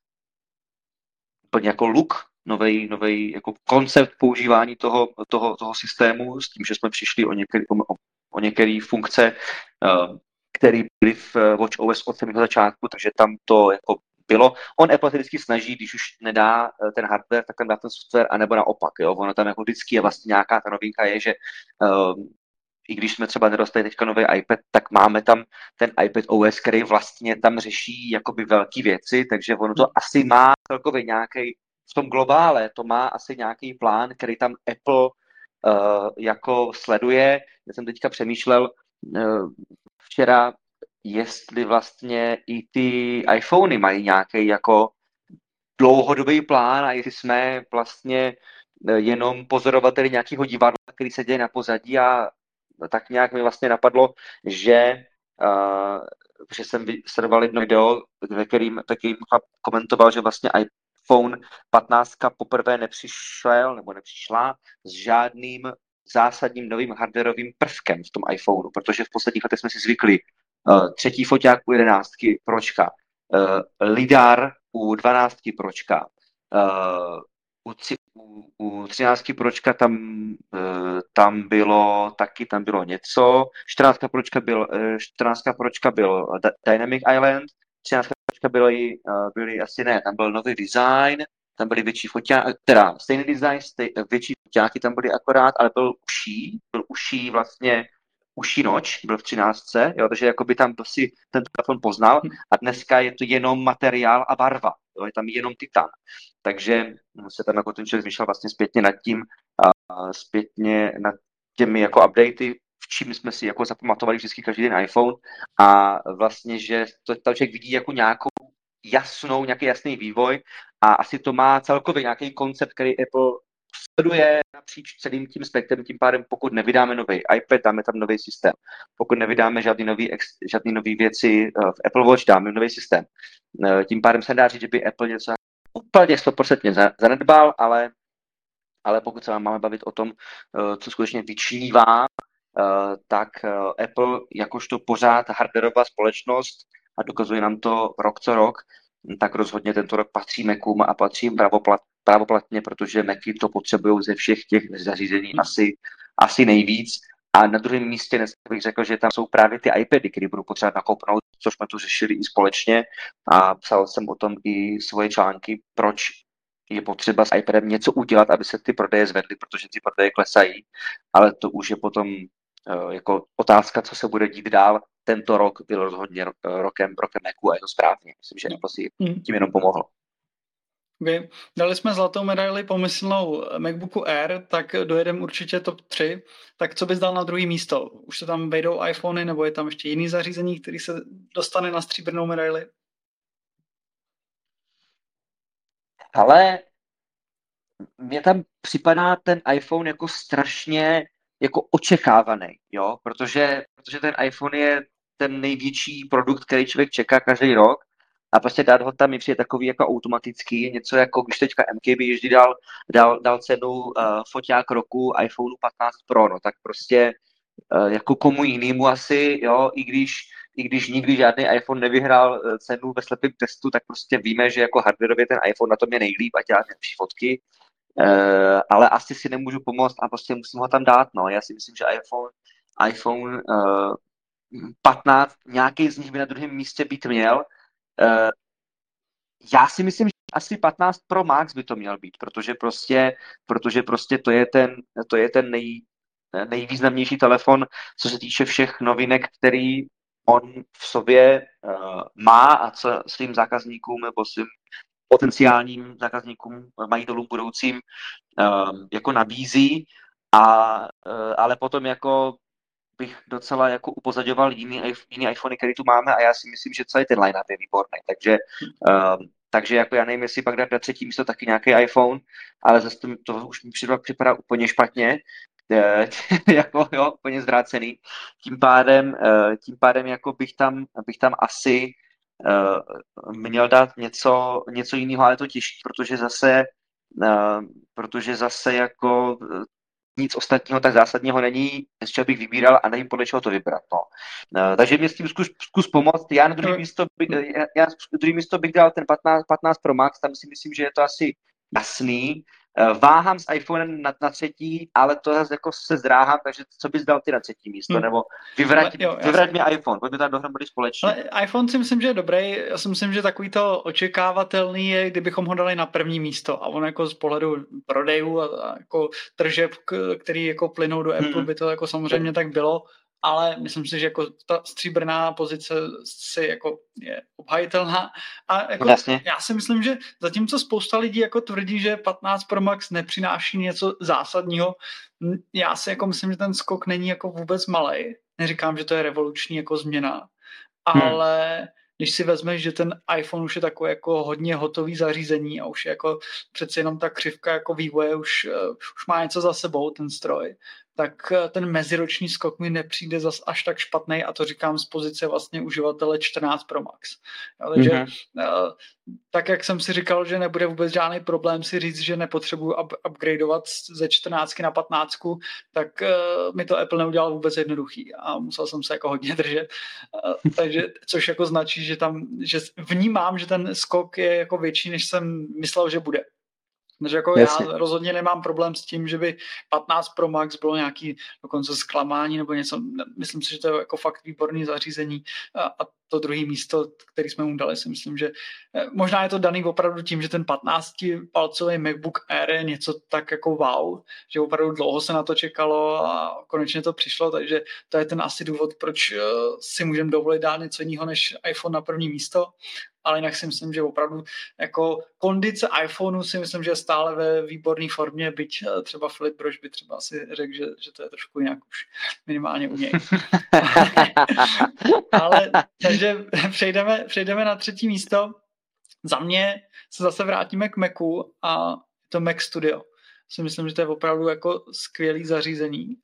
úplně jako look, nový, nový jako koncept používání toho, toho, toho systému, s tím, že jsme přišli o některé o, o některé funkce, uh, které byly v watchOS od samého začátku, takže tam to jako bylo. On Apple se vždycky snaží, když už nedá ten hardware, tak tam dá ten software, anebo naopak. Jo? Ono tam jako vždycky je vlastně nějaká ta novinka je, že uh, i když jsme třeba nedostali teďka nový iPad, tak máme tam ten iPad O S, který vlastně tam řeší jakoby velké věci, takže ono to asi má celkově nějaký, v tom globále to má asi nějaký plán, který tam Apple uh, jako sleduje. Já jsem teďka přemýšlel uh, včera, jestli vlastně i ty iPhony mají nějaký jako dlouhodobý plán a jestli jsme vlastně jenom pozorovateli nějakého divadla, který se děje na pozadí a tak nějak mi vlastně napadlo, že uh, že jsem sledoval jedno video, ve kterým, ve kterým komentoval, že vlastně iPhone patnáct poprvé nepřišel nebo nepřišla s žádným zásadním novým hardwareovým prvkem v tom iPhoneu, protože v posledních letech jsme si zvykli uh, třetí foťák u jedenáctky Pročka, uh, lidar u dvanáctky Pročka, uh, u, u, u třináctky Pročka tam, uh, tam bylo taky, tam bylo něco, čtrnáctka Pročka byl, uh, čtrnáctka Pročka byl Dynamic Island, třináctka Pročka byly, uh, byly asi ne, tam byl nový design, tam byly větší foťáky, teda stejný design, stej, větší foťáky tam byly akorát, ale byl uší, byl uší vlastně, uší noč, byl v třináctce, jo, takže jakoby tam si ten telefon poznal a dneska je to jenom materiál a barva, jo, je tam jenom titan. Takže se tam jako ten člověk zmýšlel vlastně zpětně nad tím, a zpětně nad těmi jako updaty, v čím jsme si jako zapamatovali vždycky každý den iPhone a vlastně, že to tam člověk vidí jako nějakou jasnou, nějaký jasný vývoj a asi to má celkově nějaký koncept, který Apple sleduje napříč celým tím spektrem, tím pádem pokud nevydáme nový iPad, dáme tam nový systém. Pokud nevydáme žádný nový, žádný nový věci v Apple Watch, dáme nový systém. Tím pádem se dá říct, že by Apple něco úplně sto procent zanedbal, ale, ale pokud se máme bavit o tom, co skutečně vyčnívá, tak Apple jakožto pořád hardwareová společnost a dokazuje nám to rok co rok, tak rozhodně tento rok patří Macům a patří pravoplat, pravoplatně, protože Macy to potřebují ze všech těch zařízení asi, asi nejvíc. A na druhém místě dnes bych řekl, že tam jsou právě ty iPady, které budou potřebovat nakoupnout, což jsme tu řešili i společně a psal jsem o tom i svoje články, proč je potřeba s iPadem něco udělat, aby se ty prodeje zvedly, protože ty prodeje klesají, ale to už je potom uh, jako otázka, co se bude dít dál. Tento rok byl rozhodně rokem, rokem Macu a je to správně. Myslím, že Apple si tím jenom pomohlo. Okay. Dali jsme zlatou medaili pomyslnou MacBooku Air, tak dojedeme určitě top tři. Tak co bys dal na druhé místo? Už se tam vejdou iPhony, nebo je tam ještě jiný zařízení, který se dostane na stříbrnou medaili? Ale mně tam připadá ten iPhone jako strašně jako očekávaný, jo, protože, protože ten iPhone je ten největší produkt, který člověk čeká každý rok a prostě dát ho tam mi přijde takový jako automatický, něco jako když teďka M K B vždy dal, dal, dal cenu uh, foťák roku iPhone patnáct Pro, no tak prostě uh, jako komu jinému asi, jo, i když, i když nikdy žádný iPhone nevyhrál cenu ve slepém testu, tak prostě víme, že jako hardwareově ten iPhone na tom je nejlíp a dělá nejlepší fotky. Uh, ale asi si nemůžu pomoct a prostě musím ho tam dát, no. Já si myslím, že iPhone, iPhone uh, patnáct, nějaký z nich by na druhém místě být měl. Uh, já si myslím, že asi patnáct Pro Max by to měl být, protože prostě, protože prostě to je ten, to je ten nej, nejvýznamnější telefon, co se týče všech novinek, který on v sobě uh, má a co svým zákazníkům nebo svým potenciálním zákazníkům, majitelům budoucím um, jako nabízí, a, uh, ale potom jako bych docela jako upozaďoval jiný, jiný iPhony, který tu máme a já si myslím, že celý ten line-up je výborný, takže, um, takže jako já nevím, jestli pak dát na třetí místo taky nějaký iPhone, ale zase to, to už mi připadá, připadá úplně špatně, jako jo, úplně zvrácený. Tím pádem, tím pádem jako bych tam, bych tam asi uh, měl dát něco, něco jiného, ale to těžší, protože zase, uh, protože zase jako nic ostatního tak zásadního není, z čeho bych vybíral a nevím, podle čeho to vybrat. No. Uh, takže mě s tím zkus, zkus pomoct. Já na druhé místo, by, já, já na druhé místo bych dal ten patnáct, patnáct Pro Max, tam si myslím, že je to asi jasný. Váhám s iPhonem na, na třetí, ale to zase jako se zdráhám, takže co bys dal ty na třetí místo, hmm. nebo vyvrať, jo, vyvrať mi iPhone, pojďme tam dohromady společně. Ale iPhone si myslím, že je dobrý, já si myslím, že takový to očekávatelný je, kdybychom ho dali na první místo a on jako z pohledu prodejů a, a jako tržeb, který jako plynou do Apple, hmm. by to jako samozřejmě tak bylo, ale myslím si, že jako ta stříbrná pozice si jako je obhajitelná a jako já si myslím, že zatímco spousta lidí jako tvrdí, že patnáct Pro Max nepřináší něco zásadního, já si jako myslím, že ten skok není jako vůbec malej. Neříkám, že to je revoluční jako změna, ale hmm. když si vezmeš, že ten iPhone už je takový jako hodně hotový zařízení a už je jako přeci jenom ta křivka jako vývoje už, uh, už má něco za sebou ten stroj, tak ten meziroční skok mi nepřijde zas až tak špatný a to říkám z pozice vlastně uživatele čtrnáct Pro Max. Jo, takže mm-hmm. tak, jak jsem si říkal, že nebude vůbec žádný problém si říct, že nepotřebuji up, upgradeovat ze čtrnáctky na patnáctku, tak uh, mi to Apple neudělal vůbec jednoduchý a musel jsem se jako hodně držet. Uh, takže, což jako značí, že tam, že vnímám, že ten skok je jako větší, než jsem myslel, že bude. Takže jako Jasně. já rozhodně nemám problém s tím, že by patnáct Pro Max bylo nějaký dokonce zklamání nebo něco. Myslím si, že to je jako fakt výborný zařízení a, a to druhé místo, který jsme mu dali, si myslím, že možná je to daný opravdu tím, že ten patnáctipalcový MacBook Air je něco tak jako wow, že opravdu dlouho se na to čekalo a konečně to přišlo, takže to je ten asi důvod, proč si můžeme dovolit dát něco jiného než iPhone na první místo. Ale jinak si myslím, že opravdu jako kondice iPhoneu si myslím, že je stále ve výborné formě, byť třeba Filip Brož by třeba asi řekl, že, že to je trošku jinak už minimálně u něj. Ale takže přejdeme, přejdeme na třetí místo. Za mě se zase vrátíme k Macu a to Mac Studio. Si myslím, že to je opravdu jako skvělý zařízení.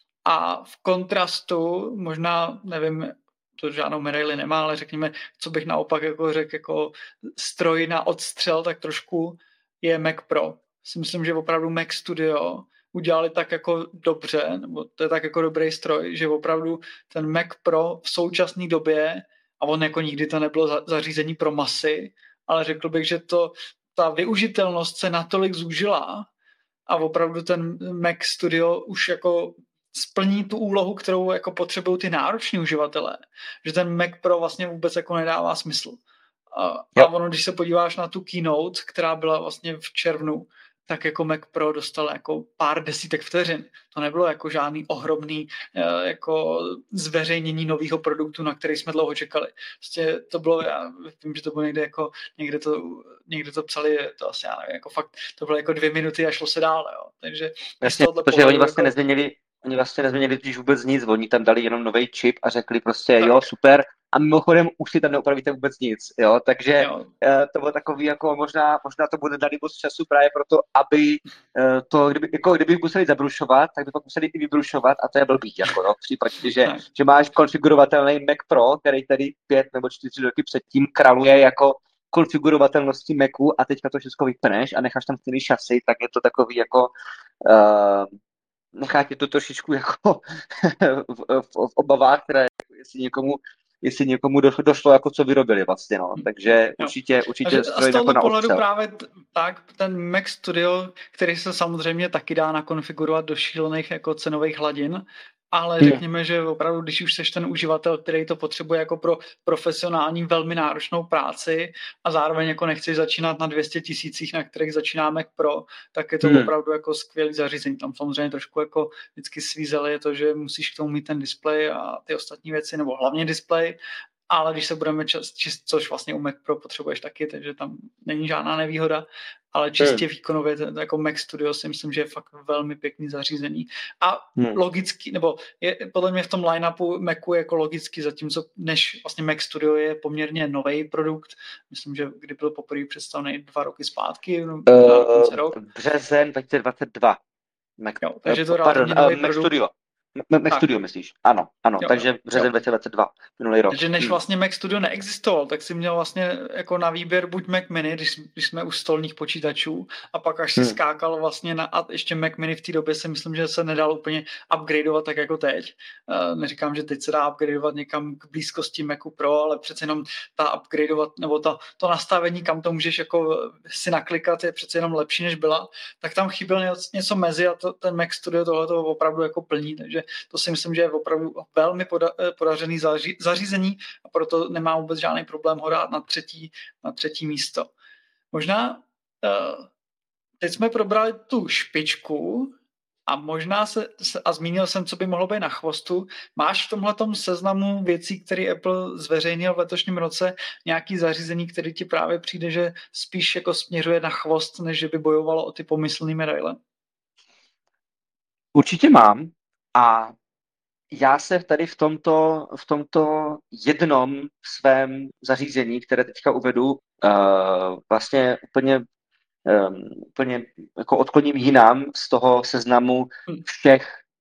A v kontrastu, možná, nevím, to žádnou medaili nemá, ale řekněme, co bych naopak jako řekl, jako stroj na odstřel, tak trošku je Mac Pro. Si myslím, že opravdu Mac Studio udělali tak jako dobře, nebo to je tak jako dobrý stroj, že opravdu ten Mac Pro v současné době, a on jako nikdy to nebylo zařízení pro masy, ale řekl bych, že to, ta využitelnost se natolik zúžila a opravdu ten Mac Studio už jako splní tu úlohu, kterou jako potřebují ty nároční uživatelé. Že ten Mac Pro vlastně vůbec jako nedává smysl. A, a ono, když se podíváš na tu keynote, která byla vlastně v červnu, tak jako Mac Pro dostal jako pár desítek vteřin. To nebylo jako žádný ohromný jako zveřejnění nového produktu, na který jsme dlouho čekali. Prostě to bylo, já vím, že to bylo někde jako, někde to, někde to psali, to asi já nevím, jako fakt, to bylo jako dvě minuty a šlo se dál, jo. Takže jasně, protože oni vlastně jako nezměnili Oni vlastně nezměnili totiž vůbec nic, oni tam dali jenom nový čip a řekli prostě tak. Jo, super, a mimochodem už si tam neopravíte vůbec nic, jo, takže jo. To bylo takový, jako možná, možná to bude daný moc času právě proto, aby to, kdyby, jako kdyby museli zabrušovat, tak by pak museli i vybrušovat a to je blbý, jako no, v případě, že, že máš konfigurovatelný Mac Pro, který tady pět nebo čtyři roky předtím kraluje jako konfigurovatelnosti Macu a teďka to všechno vypneš a necháš tam stejný šasy, tak je to takový jako uh, nechá tě to trošičku jako v, v, v obavách, které jestli někomu, jestli někomu došlo, došlo jako co vyrobili vlastně, no. Takže jo. určitě, určitě stroj jako na pohledu právě t- tak ten Mac Studio, který se samozřejmě taky dá nakonfigurovat do šílených jako cenových hladin, ale řekněme, že opravdu, když už seš ten uživatel, který to potřebuje jako pro profesionální, velmi náročnou práci a zároveň jako nechceš začínat na dvě stě tisících, na kterých začíná Mac Pro, tak je to hmm. opravdu jako skvělý zařízení. Tam samozřejmě trošku jako vždycky svízeli je to, že musíš k tomu mít ten displej a ty ostatní věci, nebo hlavně displej, ale když se budeme čist, což vlastně u Mac Pro potřebuješ taky, takže tam není žádná nevýhoda, ale čistě hmm. výkonově, to, jako Mac Studio si myslím, že je fakt velmi pěkný zařízení. A hmm. logicky, nebo je podle mě v tom line-upu Macu jako logicky, zatímco než vlastně Mac Studio je poměrně nový produkt, myslím, že kdy byl poprvé představený dva roky zpátky, uh, na rok. Březen dva tisíce dvacet dva. Mac, jo, takže to pardon, uh, Mac Studio. Mac Studio myslíš? Ano, ano, jo, takže březen dva tisíce dvacet dva, minulý rok. Takže než vlastně Mac Studio neexistoval, tak si měl vlastně jako na výběr buď Mac Mini, když, když jsme u stolních počítačů, a pak až si hmm. skákal vlastně na, a ještě Mac Mini v té době si myslím, že se nedal úplně upgradeovat tak jako teď. Uh, neříkám, že teď se dá upgradeovat někam k blízkosti Macu Pro, ale přece jenom ta upgradeovat, nebo ta, to nastavení, kam to můžeš jako si naklikat, je přece jenom lepší, než byla, tak tam chyběl něco, něco mezi a to, ten Mac Studio tohle opravdu jako plní, takže to si myslím, že je opravdu velmi poda- podařený zaří- zařízení a proto nemám vůbec žádný problém ho dát na třetí, na třetí místo. Možná uh, teď jsme probrali tu špičku a možná se, a zmínil jsem, co by mohlo být na chvostu. Máš v tomhletom seznamu věcí, které Apple zveřejnil v letošním roce, nějaký zařízení, který ti právě přijde, že spíš jako směřuje na chvost, než že by bojovalo o ty pomyslný medaile? Určitě mám. A já se tady v tomto, v tomto jednom svém zařízení, které teďka uvedu, uh, vlastně úplně, um, úplně jako odkloním jinam z toho seznamu všech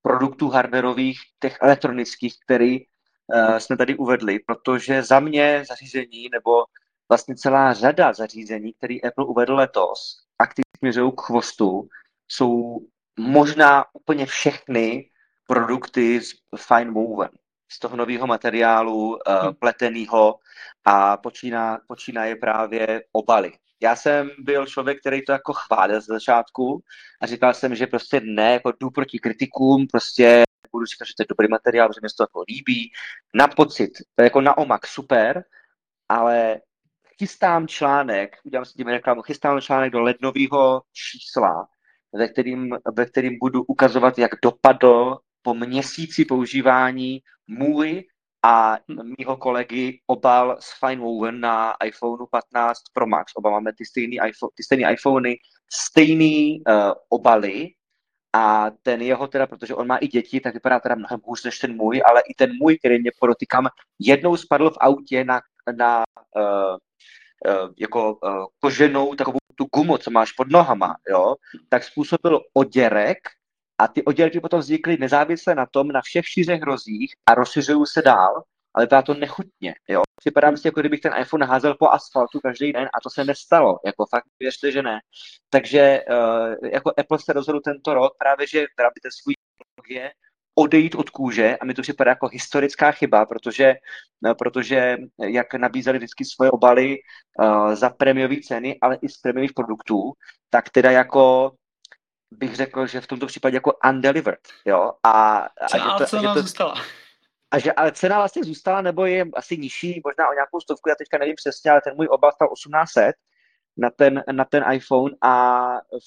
produktů hardwarových, těch elektronických, který uh, jsme tady uvedli, protože za mě zařízení nebo vlastně celá řada zařízení, které Apple uvedl letos a které směřují k chvostu, jsou možná úplně všechny produkty z fine woven, z toho nového materiálu, uh, Hmm. pletenýho a počíná, počíná je právě obaly. Já jsem byl člověk, který to jako chválil z začátku a říkal jsem, že prostě ne, jako jdu proti kritikům, prostě budu říkat, že to je dobrý materiál, že mi se to jako líbí. Na pocit, to je jako na omak super, ale chystám článek, udělám si tím reklamu, chystám článek do lednového čísla, ve kterým, ve kterým budu ukazovat, jak dopadl po měsíci používání můj a mýho kolegy obal z Fine Woven na iPhone patnáct Pro Max. Oba máme ty stejný, iPhone, ty stejný iPhony, stejný uh, obaly a ten jeho teda, protože on má i děti, tak vypadá teda mnohem hůř než ten můj, ale i ten můj, který mě podotýkám, jednou spadl v autě na, na uh, uh, jako uh, koženou takovou tu gumu, co máš pod nohama, jo, tak způsobil oděrek a ty oděrky potom vznikly nezávisle na tom, na všech čtyřech rozích a rozšiřují se dál, ale vypadá to nechutně, jo. Připadá mi si, jako kdybych ten iPhone házel po asfaltu každý den a to se nestalo, jako fakt věřte, že ne. Takže uh, jako Apple se rozhodl tento rok právě, že právě ten svůj technologie odejít od kůže a mi to připadá jako historická chyba, protože, no, protože jak nabízeli vždycky svoje obaly uh, za prémiové ceny, ale i z prémiových produktů, tak teda jako bych řekl, že v tomto případě jako undelivered, jo, a, a, že, to, cena a že to zůstala. A že, ale cena vlastně zůstala, nebo je asi nižší, možná o nějakou stovku, já teďka nevím přesně, ale ten můj obal stal osmnáct set na ten, na ten iPhone a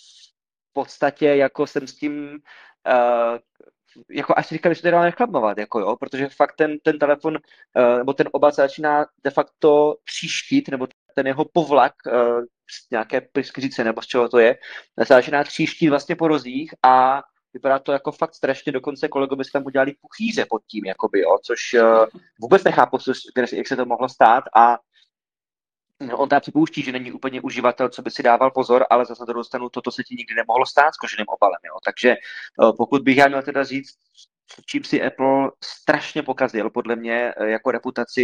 v podstatě jako jsem s tím uh, jako až si říkám, že se to dá reklamovat, jako jo, protože fakt ten, ten telefon, uh, nebo ten obal se začíná de facto tříštit, nebo ten jeho povlak uh, z nějaké pryskyřice, nebo z čeho to je, se začíná tříštit vlastně po rozích a vypadá to jako fakt strašně, dokonce kolegové si tam udělali puchýře pod tím, jakoby, jo, což uh, vůbec nechápu, co, jak se to mohlo stát a on tam připouští, že není úplně uživatel, co by si dával pozor, ale zase to dostanu, toto se ti nikdy nemohlo stát s koženým obalem. Jo. Takže pokud bych já měl teda říct, čím si Apple strašně pokazil, podle mě jako reputaci,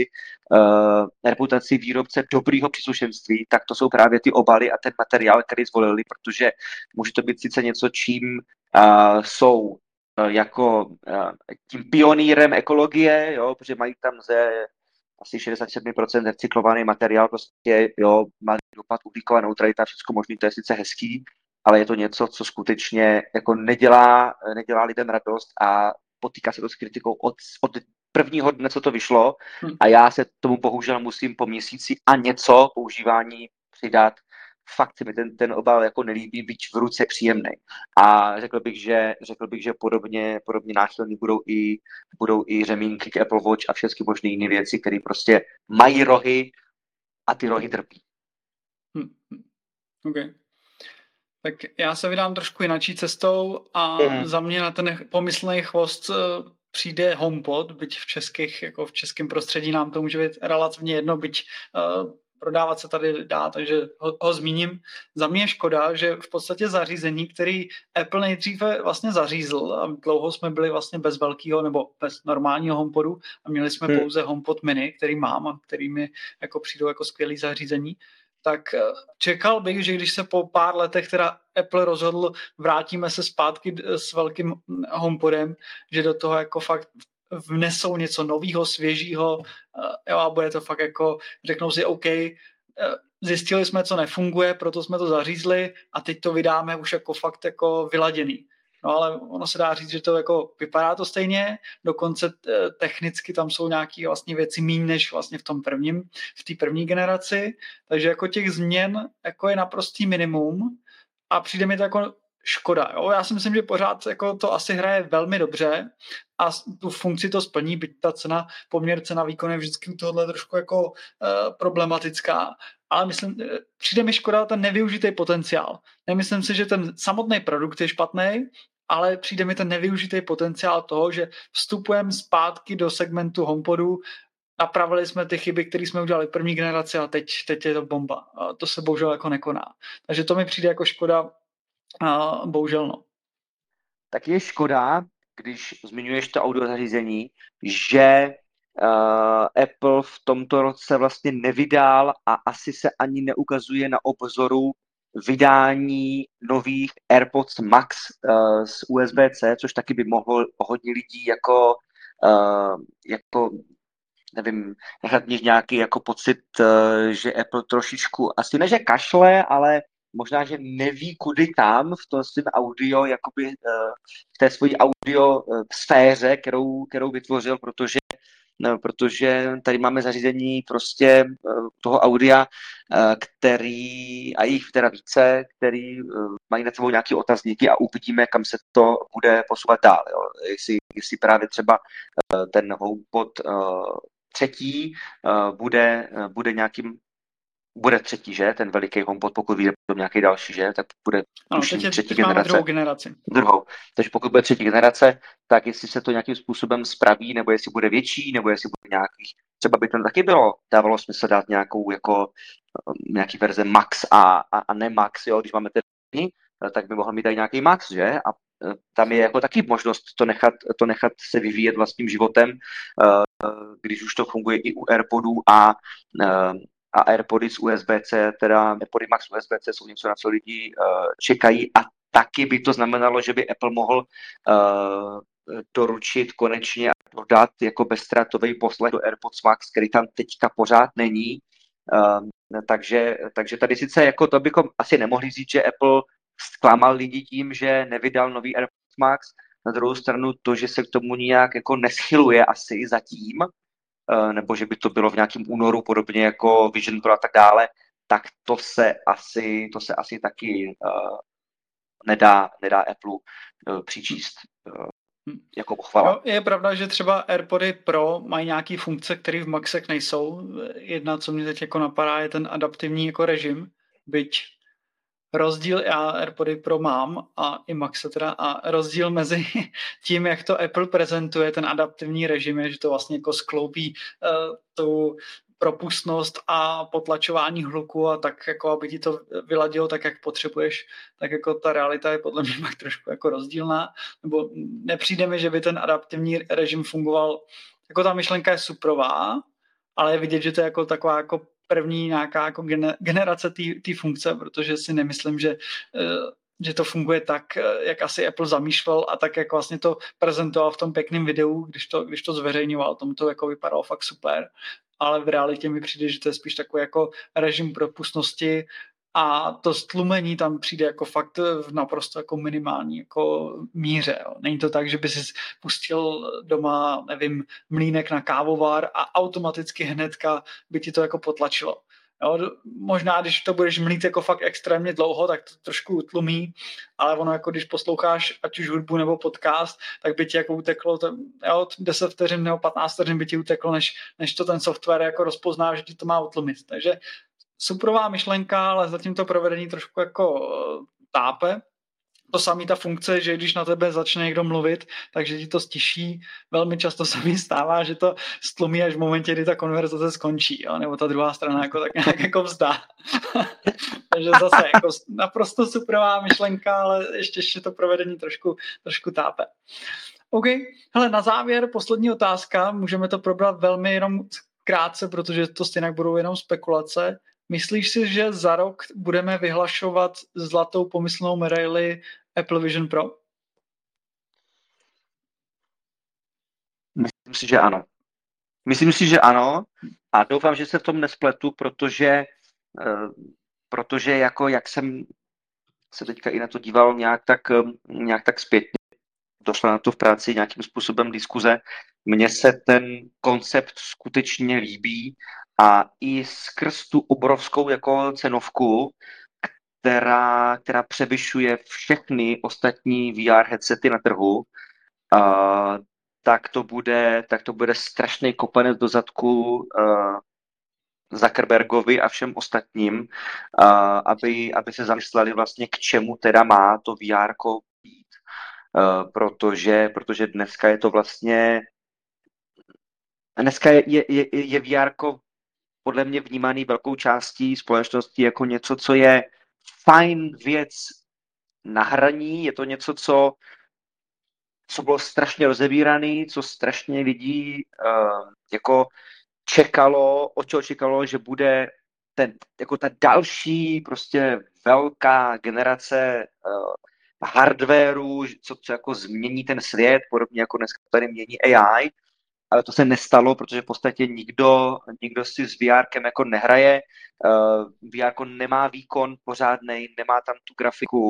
uh, reputaci výrobce dobrýho příslušenství, tak to jsou právě ty obaly a ten materiál, který zvolili, protože může to být sice něco, čím uh, jsou uh, jako uh, tím pionýrem ekologie, jo, protože mají tam ze asi šedesát sedm procent recyklovaný materiál, prostě jo, má dopad uhlíková neutralita, všechno možný, to je sice hezký, ale je to něco, co skutečně jako nedělá, nedělá lidem radost a potýká se to s kritikou od, od prvního dne, co to vyšlo a já se tomu bohužel musím po měsíci a něco používání přidat. Fakt se mi ten, ten obal jako nelíbí, byť v ruce příjemný. A řekl bych, že, řekl bych, že podobně, podobně náchylný budou i, budou i řemínky k Apple Watch a všechny možné jiné věci, které prostě mají rohy a ty rohy trpí. Hmm. Okay. Tak já se vydám trošku jinačí cestou a mm. za mě na ten pomyslný chvost přijde HomePod, byť v českých, jako v českém prostředí nám to může být relativně jedno, byť uh, prodávat se tady dá, takže ho, ho zmíním. Za mě je škoda, že v podstatě zařízení, který Apple nejdříve vlastně zařízl a dlouho jsme byli vlastně bez velkého nebo bez normálního HomePodu a měli jsme hmm. pouze HomePod mini, který mám a který mi jako přijdou jako skvělý zařízení, tak čekal bych, že když se po pár letech teda Apple rozhodl, vrátíme se zpátky s velkým HomePodem, že do toho jako fakt vnesou něco nového, svěžího, jo, a bude to fakt jako, řeknou si, OK, zjistili jsme, co nefunguje, proto jsme to zařízli a teď to vydáme už jako fakt jako vyladěný. No ale ono se dá říct, že to jako vypadá to stejně, dokonce technicky tam jsou nějaké vlastně věci míň než vlastně v tom prvním, v té první generaci, takže jako těch změn jako je naprostý minimum a přijde mi to jako škoda. Jo? Já si myslím, že pořád jako to asi hraje velmi dobře a tu funkci to splní, byť ta cena, poměr cena výkon je vždycky u tohohle trošku jako uh, problematická, ale myslím, přijde mi škoda ten nevyužitý potenciál. Nemyslím si, že ten samotný produkt je špatný, ale přijde mi ten nevyužitý potenciál toho, že vstupujeme zpátky do segmentu HomePodu, napravili jsme ty chyby, které jsme udělali první generaci a teď, teď je to bomba. A to se bohužel jako nekoná. Takže to mi přijde jako škoda, a bohužel no. Tak je škoda, když zmiňuješ to audio zařízení, že uh, Apple v tomto roce vlastně nevydal a asi se ani neukazuje na obzoru vydání nových AirPods Max uh, z U S B C, což taky by mohlo hodně lidí jako, uh, jako nevím, nechat mít nějaký jako pocit, uh, že Apple trošičku, asi ne, že kašle, ale možná, že neví, kudy tam v tom svém audio, jakoby uh, v té svojí audio uh, sféře, kterou, kterou vytvořil, protože No, protože tady máme zařízení prostě toho audia, který, a jich teda více, který mají na sebou nějaké otazníky a uvidíme, kam se to bude posouvat dál. Jo. Jestli, jestli právě třeba ten HomePod třetí bude, bude nějakým bude třetí, že? Ten veliký HomePod, pokud vyjde potom nějaký další, že? Tak bude ano, tuším, teď, je, třetí teď generace. máme druhou generaci. Druhou. Takže pokud bude třetí generace, tak jestli se to nějakým způsobem spraví, nebo jestli bude větší, nebo jestli bude nějakých, třeba by to taky bylo, dávalo smysl dát nějakou jako nějaký verze Max a, a, a ne Max, jo, když máme ten, tak by mohl mít tady nějaký Max, že? A tam je jako taky možnost to nechat, to nechat se vyvíjet vlastním životem, když už to funguje i u AirPodů a a AirPody z U S B C, teda AirPody Max U S B C jsou něco, na co lidi uh, čekají a taky by to znamenalo, že by Apple mohl uh, doručit konečně a dodat jako bezztrátový poslech do AirPods Max, který tam teďka pořád není. Uh, takže, takže tady sice jako to bychom asi nemohli říct, že Apple zklamal lidi tím, že nevydal nový AirPods Max. Na druhou stranu to, že se k tomu nijak jako neschyluje asi zatím, nebo že by to bylo v nějakém únoru, podobně jako Vision Pro a tak dále, tak to se asi, to se asi taky uh, nedá, nedá Apple uh, přičíst uh, jako pochvala. Jo, je pravda, že třeba AirPody Pro mají nějaké funkce, které v Maxech nejsou. Jedna, co mě teď jako napadá, je ten adaptivní jako režim, byť rozdíl, já AirPody Pro mám a i Maxe teda, a rozdíl mezi tím, jak to Apple prezentuje, ten adaptivní režim, je, že to vlastně jako skloubí uh, tu propustnost a potlačování hluku a tak, jako aby ti to vyladilo tak, jak potřebuješ, tak jako ta realita je podle mě tak trošku jako rozdílná, nebo nepřijde mi, že by ten adaptivní režim fungoval, jako ta myšlenka je suprová, ale je vidět, že to je jako taková jako první nějaká jako generace té funkce, protože si nemyslím, že, že to funguje tak, jak asi Apple zamýšlel a tak, jak vlastně to prezentoval v tom pěkném videu, když to, když to zveřejňoval, tomu to jako vypadalo fakt super, ale v realitě mi přijde, že to je spíš takový jako režim propustnosti a to stlumení tam přijde jako fakt v naprosto jako minimální jako míře. Jo. Není to tak, že by si pustil doma, nevím, mlýnek na kávovar a automaticky hnedka by ti to jako potlačilo. Jo, možná, když to budeš mlít jako fakt extrémně dlouho, tak to trošku utlumí, ale ono jako když posloucháš ať už hudbu nebo podcast, tak by ti jako uteklo, to, jo, deset vteřin nebo patnáct vteřin by ti uteklo, než, než to ten software jako rozpozná, že ti to má utlumit. Takže superová myšlenka, ale zatím to provedení trošku jako tápe. To samý ta funkce, že když na tebe začne někdo mluvit, takže ti to stiší. Velmi často se mi stává, že to stlumí až v momentě, kdy ta konverzace skončí, jo? Nebo ta druhá strana jako tak nějak jako vzdá. Takže zase jako naprosto superová myšlenka, ale ještě, ještě to provedení trošku, trošku tápe. OK, hele, na závěr poslední otázka, můžeme to probrat velmi jenom krátce, protože to stejně budou jenom spekulace. Myslíš si, že za rok budeme vyhlašovat zlatou pomyslnou medaili Apple Vision Pro? Myslím si, že ano. Myslím si, že ano a doufám, že se v tom nespletu, protože, uh, protože jako jak jsem se teďka i na to díval nějak tak, nějak tak zpětně, došla na to v práci nějakým způsobem diskuze, mně se ten koncept skutečně líbí a i skrz tu obrovskou jako cenovku, která, která převyšuje všechny ostatní V R headsety na trhu, uh, tak to bude, tak to bude strašný kopanec do zadku uh, Zuckerbergovi a všem ostatním, uh, aby, aby se zamysleli vlastně, k čemu teda má to V R být. Uh, protože, protože dneska je to vlastně dneska je, je, je, je V R podle mě vnímaný velkou částí společnosti jako něco, co je fajn věc na hraní, je to něco, co co bylo strašně rozebíraný, co strašně lidí uh, jako čekalo, o čeho čekalo, že bude ten, jako ta další prostě velká generace uh, hardwareu, co, co jako změní ten svět, podobně jako dneska tady mění A I, ale to se nestalo, protože v podstatě nikdo, nikdo si s VRkem jako nehraje, uh, V R nemá výkon pořádnej, nemá tam tu grafiku,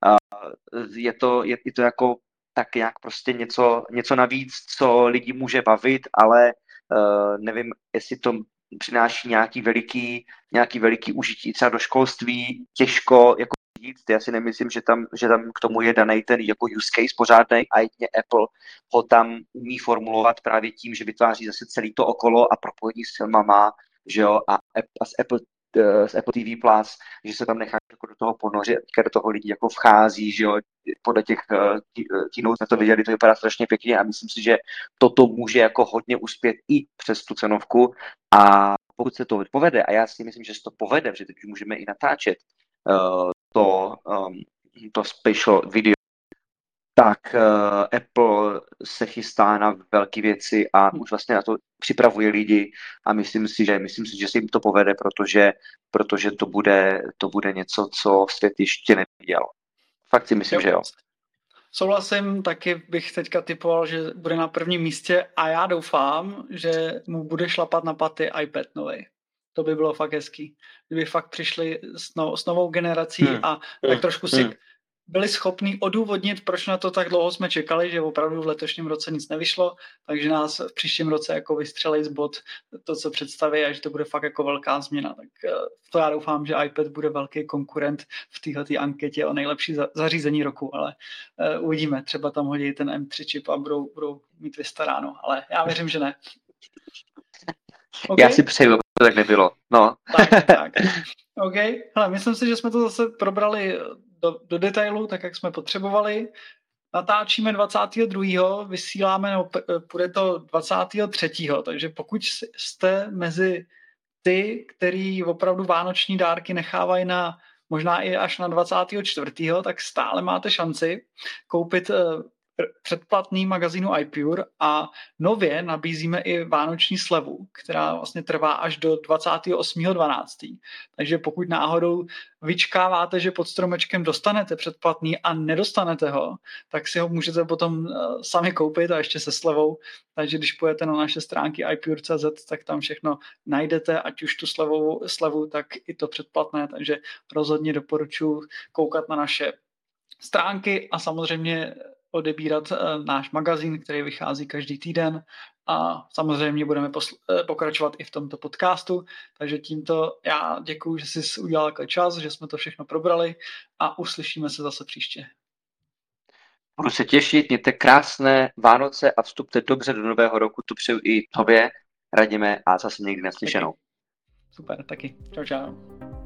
uh, je, to, je, je to jako tak nějak prostě něco, něco navíc, co lidi může bavit, ale uh, nevím, jestli to přináší nějaký veliký, nějaký veliký užití třeba do školství, těžko jako říct. Já si nemyslím, že tam, že tam k tomu je daný ten jako use case pořádnej a jedině Apple ho tam umí formulovat právě tím, že vytváří zase celý to okolo a propojení s filmama, že jo, a, a s Apple z Apple T V Plus, že se tam nechá jako do toho ponořit, do toho lidi jako vchází, že jo, podle těch keynote jsme to viděli, to vypadá strašně pěkně a myslím si, že toto může jako hodně uspět i přes tu cenovku a pokud se to povede, a já si myslím, že se to povede, že teď už můžeme i natáčet uh, to, um, to spatial video, tak uh, Apple se chystá na velké věci a už vlastně na to připravuje lidi a myslím si, že myslím si, že se jim to povede, protože, protože to bude, to bude něco, co svět ještě neviděl. Fakt si myslím, jo. že jo. Souhlasím, taky bych teďka typoval, že bude na prvním místě a já doufám, že mu bude šlapat na paty iPad nový. To by bylo fakt hezký. Kdyby fakt přišli s, no, s novou generací hmm. a tak trošku si hmm. byli schopní odůvodnit, proč na to tak dlouho jsme čekali, že opravdu v letošním roce nic nevyšlo, takže nás v příštím roce jako vystřelej z bod to, co představí a že to bude fakt jako velká změna. Tak to já doufám, že iPad bude velký konkurent v této anketě o nejlepší zařízení roku, ale uh, uvidíme, třeba tam hodí ten M tři čip a budou, budou mít vystaráno, ale já věřím, že ne. Okay? Já si přeju, aby to tak nebylo. No. Tak, tak. OK. Hele, myslím si, že jsme to zase probrali do, do detailu, tak jak jsme potřebovali. Natáčíme dvacátého druhého vysíláme, no, půjde to dvacátého třetího takže pokud jste mezi ty, který opravdu vánoční dárky nechávají na možná i až na dvacátého čtvrtého tak stále máte šanci koupit předplatný magazínu iPure a nově nabízíme i vánoční slevu, která vlastně trvá až do dvacátého osmého dvanáctého Takže pokud náhodou vyčkáváte, že pod stromečkem dostanete předplatný a nedostanete ho, tak si ho můžete potom sami koupit a ještě se slevou. Takže když půjdete na naše stránky i pure tečka cz, tak tam všechno najdete, ať už tu slevou, slevu, tak i to předplatné. Takže rozhodně doporučuji koukat na naše stránky a samozřejmě odebírat uh, náš magazín, který vychází každý týden a samozřejmě budeme posl- pokračovat i v tomto podcastu, takže tímto já děkuju, že jsi udělal takový čas, že jsme to všechno probrali a uslyšíme se zase příště. Budu se těšit, mějte krásné Vánoce a vstupte dobře do nového roku, tu přeju i tobě, radíme a zase někdy naslyšenou. Super, taky. Čau, čau.